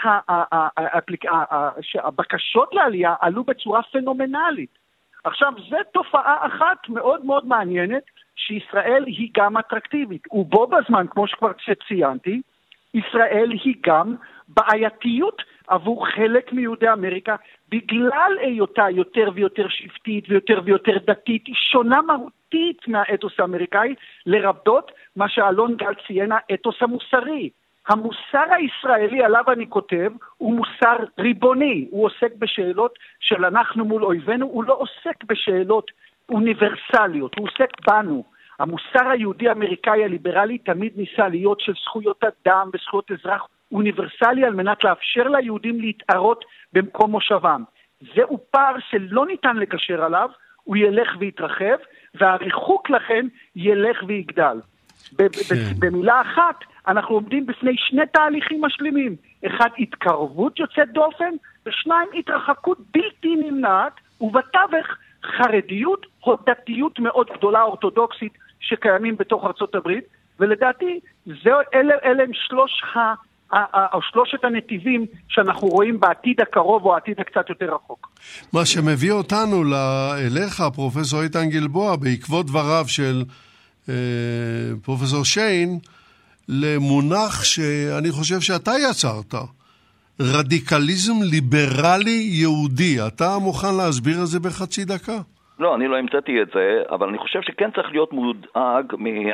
הבקשות לעלייה עלו בצורה פנומנלית. עכשיו, זו תופעה אחת מאוד מאוד מעניינת, שישראל היא גם אטרקטיבית, ובו בזמן, כמו שכבר ציינתי, ישראל היא גם בעייתיות עבור חלק מיהודי אמריקה, בגלל היותה יותר ויותר שבטית ויותר ויותר דתית, היא שונה מהותית מהאתוס האמריקאי, לרבות מה שאלון גל ציין, האתוס המוסרי. המוסר הישראלי עליו אני כותב הוא מוסר ריבוני, הוא עוסק בשאלות של אנחנו מול אויבינו, הוא לא עוסק בשאלות אוניברסליות, הוא עוסק בנו. המוסר היהודי האמריקאי הליברלי תמיד ניסה להיות של זכויות אדם וזכויות אזרח אוניברסלי על מנת לאפשר ליהודים להתערות במקום מושבם. זהו פער שלא ניתן לקשר עליו, הוא ילך ויתרחב, והריחוק לכן ילך ויגדל. במילה אחת, אנחנו עומדים בפני שני תהליכים משלימים. אחד, התקרבות יוצאת דופן, ושניים, התרחקות בלתי נמנעת, ובתווך חרדיות או דתיות מאוד גדולה אורתודוקסית שקיימים בתוך ארצות הברית, ולדעתי זה, אלה, אלה הם שלוש ה, או שלושת הנתיבים שאנחנו רואים בעתיד הקרוב או העתיד הקצת יותר רחוק. מה שמביא אותנו אליך, פרופסור איתן גלבוע, בעקבות דבריו של אה, פרופסור שיין, למונח שאני חושב שאתה יצרת, רדיקליזם ליברלי יהודי. אתה מוכן להסביר את זה בחצי דקה? לא, אני לא המצאתי את זה, אבל אני חושב שכן צריך להיות מודאג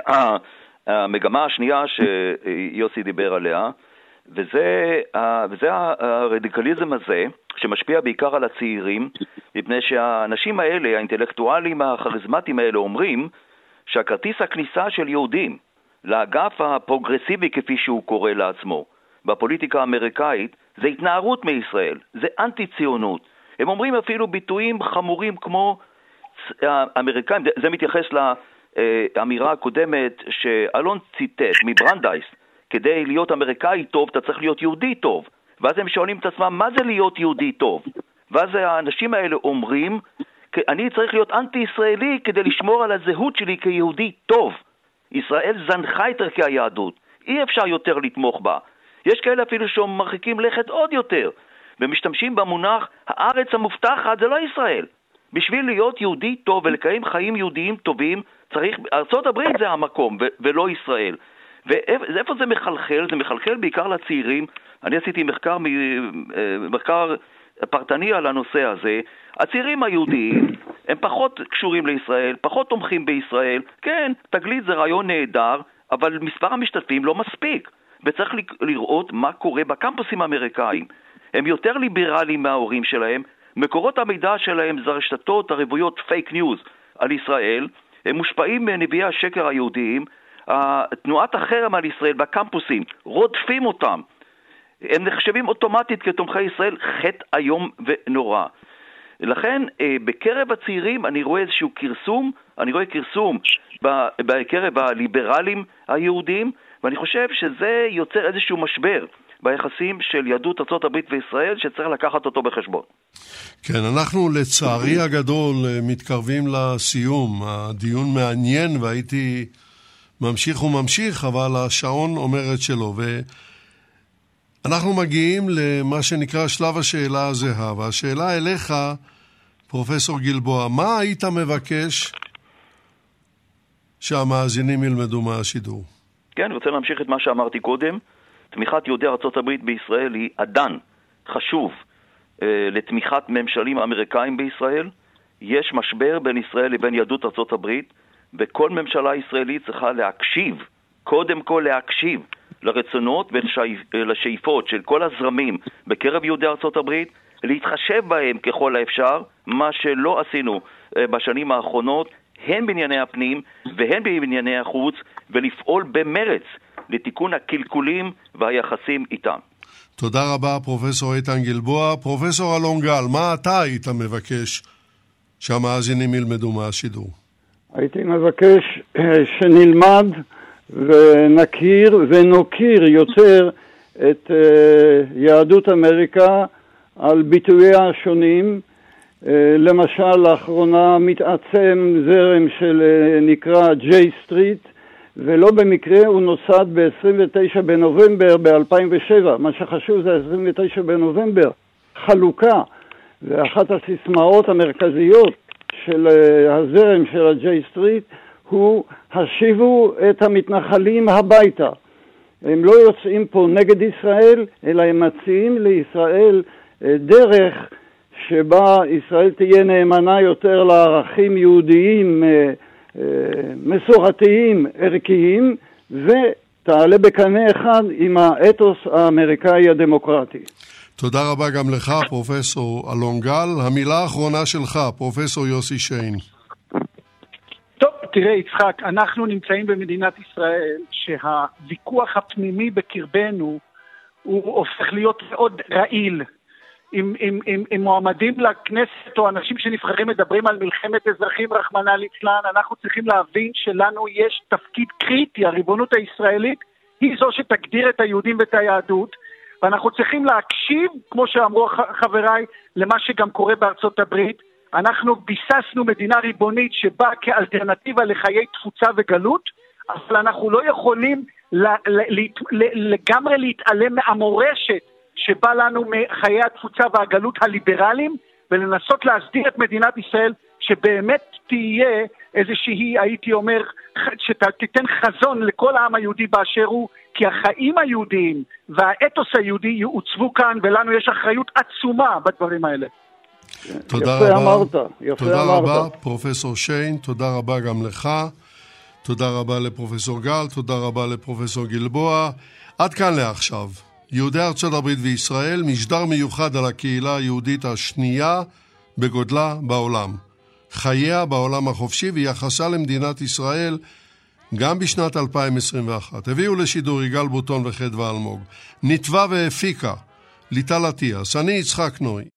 מהמגמה השנייה שיוסי דיבר עליה, וזה, וזה הרדיקליזם הזה, שמשפיע בעיקר על הצעירים, מפני שהאנשים האלה, האינטלקטואלים החריזמטיים האלה, אומרים שהכרטיס הכניסה של יהודים לאגף הפרוגרסיבי, כפי שהוא קורא לעצמו, בפוליטיקה האמריקאית, זה התנערות מישראל, זה אנטי-ציונות. הם אומרים אפילו ביטויים חמורים כמו האמריקאים, זה מתייחס לאמירה הקודמת שאלון ציטט מברנדייס, כדי להיות אמריקאי טוב אתה צריך להיות יהודי טוב, ואז הם שואלים את עצמם מה זה להיות יהודי טוב, ואז האנשים האלה אומרים אני צריך להיות אנטי-ישראלי כדי לשמור על הזהות שלי כיהודי טוב. ישראל זנחה את ערכי היהדות, אי אפשר יותר לתמוך בה. יש כאלה אפילו שמרחיקים לכת עוד יותר, ומשתמשים במונח הארץ המובטחת, זה לא ישראל. בשביל להיות יהודי טוב ולקיים חיים יהודיים טובים, צריך, ארצות הברית זה המקום ו- ולא ישראל. ואיפה זה מחלחל? זה מחלחל בעיקר לצעירים. אני עשיתי מחקר, מחקר פרטני על הנושא הזה. הצעירים היהודיים הם פחות קשורים לישראל, פחות תומכים בישראל. כן, תגלית זה רעיון נהדר, אבל מספר המשתתפים לא מספיק. וצריך לראות מה קורה בקמפוסים האמריקאים. הם יותר ליברליים מההורים שלהם, מקורות המידע שלהם זה רשתות הרבויות פייק ניוז על ישראל, הם מושפעים מנביאי השקר היהודיים, תנועת החרם על ישראל בקמפוסים, רודפים אותם, הם נחשבים אוטומטית כתומכי ישראל, חטא היום ונורא. לכן בקרב הצעירים אני רואה איזשהו קרסום אני רואה כרסום בקרב הליברלים היהודים, ואני חושב שזה יוצר איזשהו משבר ביחסים של יהדות ארצות הברית וישראל שצריך לקחת אותו בחשבון. כן, אנחנו לצערי הגדול מתקרבים לסיום. הדיון מעניין והייתי ממשיך וממשיך, אבל השעון אומרת שלא. ואנחנו מגיעים למה שנקרא שלב השאלה הזהה, והשאלה אליך, פרופסור גלבוע, מה היית מבקש שהמאזינים ילמדו מהשידור? כן, אני רוצה להמשיך את מה שאמרתי קודם. תמיכת יהודי ארצות הברית בישראל היא עדן חשוב אה, לתמיכת ממשלים אמריקאים בישראל. יש משבר בין ישראל לבין יהדות ארצות הברית, וכל ממשלה ישראלית צריכה להקשיב, קודם כל להקשיב לרצונות ולשאיפות של כל הזרמים בקרב יהודי ארצות הברית, להתחשב בהם ככל האפשר, מה שלא עשינו אה, בשנים האחרונות, הן בענייני הפנים והן בענייני החוץ, ולפעול במרץ לתיקון הקלקולים והיחסים איתם. תודה רבה, פרופסור איתן גלבוע. פרופסור אלון גל, מה אתה היית מבקש שהמאזינים ילמדו מהשידור? הייתי מבקש שנלמד ונכיר ונוקיר יותר את יהדות אמריקה על ביטוייה השונים. למשל, לאחרונה מתעצם זרם של נקרא J Street, ולא במקרה הוא נוסד ב-עשרים ותשעה בנובמבר ב-אלפיים ושבע. מה שחשוב זה עשרים ותשעה בנובמבר, חלוקה. ואחת הסיסמאות המרכזיות של הזרם של ה-J Street הוא השיבו את המתנחלים הביתה. הם לא יוצאים פה נגד ישראל, אלא הם מציעים לישראל דרך שבה ישראל תהיה נאמנה יותר לערכים יהודיים מסורתיים, ערכיים, ותעלה בקנה אחד עם האתוס האמריקאי הדמוקרטי. תודה רבה גם לך, פרופסור אלון גל. המילה האחרונה שלך, פרופסור יוסי שיין. טוב, תראה יצחק, אנחנו נמצאים במדינת ישראל שהוויכוח הפנימי בקרבנו הוא הופך להיות מאוד רעיל. אם, אם, אם, אם מועמדים לכנסת או אנשים שנבחרים מדברים על מלחמת אזרחים רחמנא ליצלן, אנחנו צריכים להבין שלנו יש תפקיד קריטי. הריבונות הישראלית היא זו שתגדיר את היהודים ואת היהדות, ואנחנו צריכים להקשיב, כמו שאמרו חבריי, למה שגם קורה בארצות הברית. אנחנו ביססנו מדינה ריבונית שבאה כאלטרנטיבה לחיי תפוצה וגלות, אבל אנחנו לא יכולים לגמרי להתעלם מהמורשת שבא לנו מחיי התפוצה והגלות הליברליים, ולנסות להסדיר את מדינת ישראל שבאמת תהיה איזושהי, הייתי אומר, שתיתן חזון לכל העם היהודי באשר הוא, כי החיים היהודיים והאתוס היהודי יעוצבו כאן, ולנו יש אחריות עצומה בדברים האלה. תודה יפה רבה. אמרת, יפה תודה אמרת. רבה, פרופסור שיין, תודה רבה גם לך. תודה רבה לפרופסור גל, תודה רבה לפרופסור גלבוע. עד כאן לעכשיו. יהודי ארצות הברית וישראל, משדר מיוחד על הקהילה היהודית השנייה בגודלה בעולם. חייה בעולם החופשי ויחסה למדינת ישראל גם בשנת אלפיים עשרים ואחת. הביאו לשידור יגאל בוטון וחדווה אלמוג. נטווה והפיקה ליטל אטיאס. אני יצחק נוי.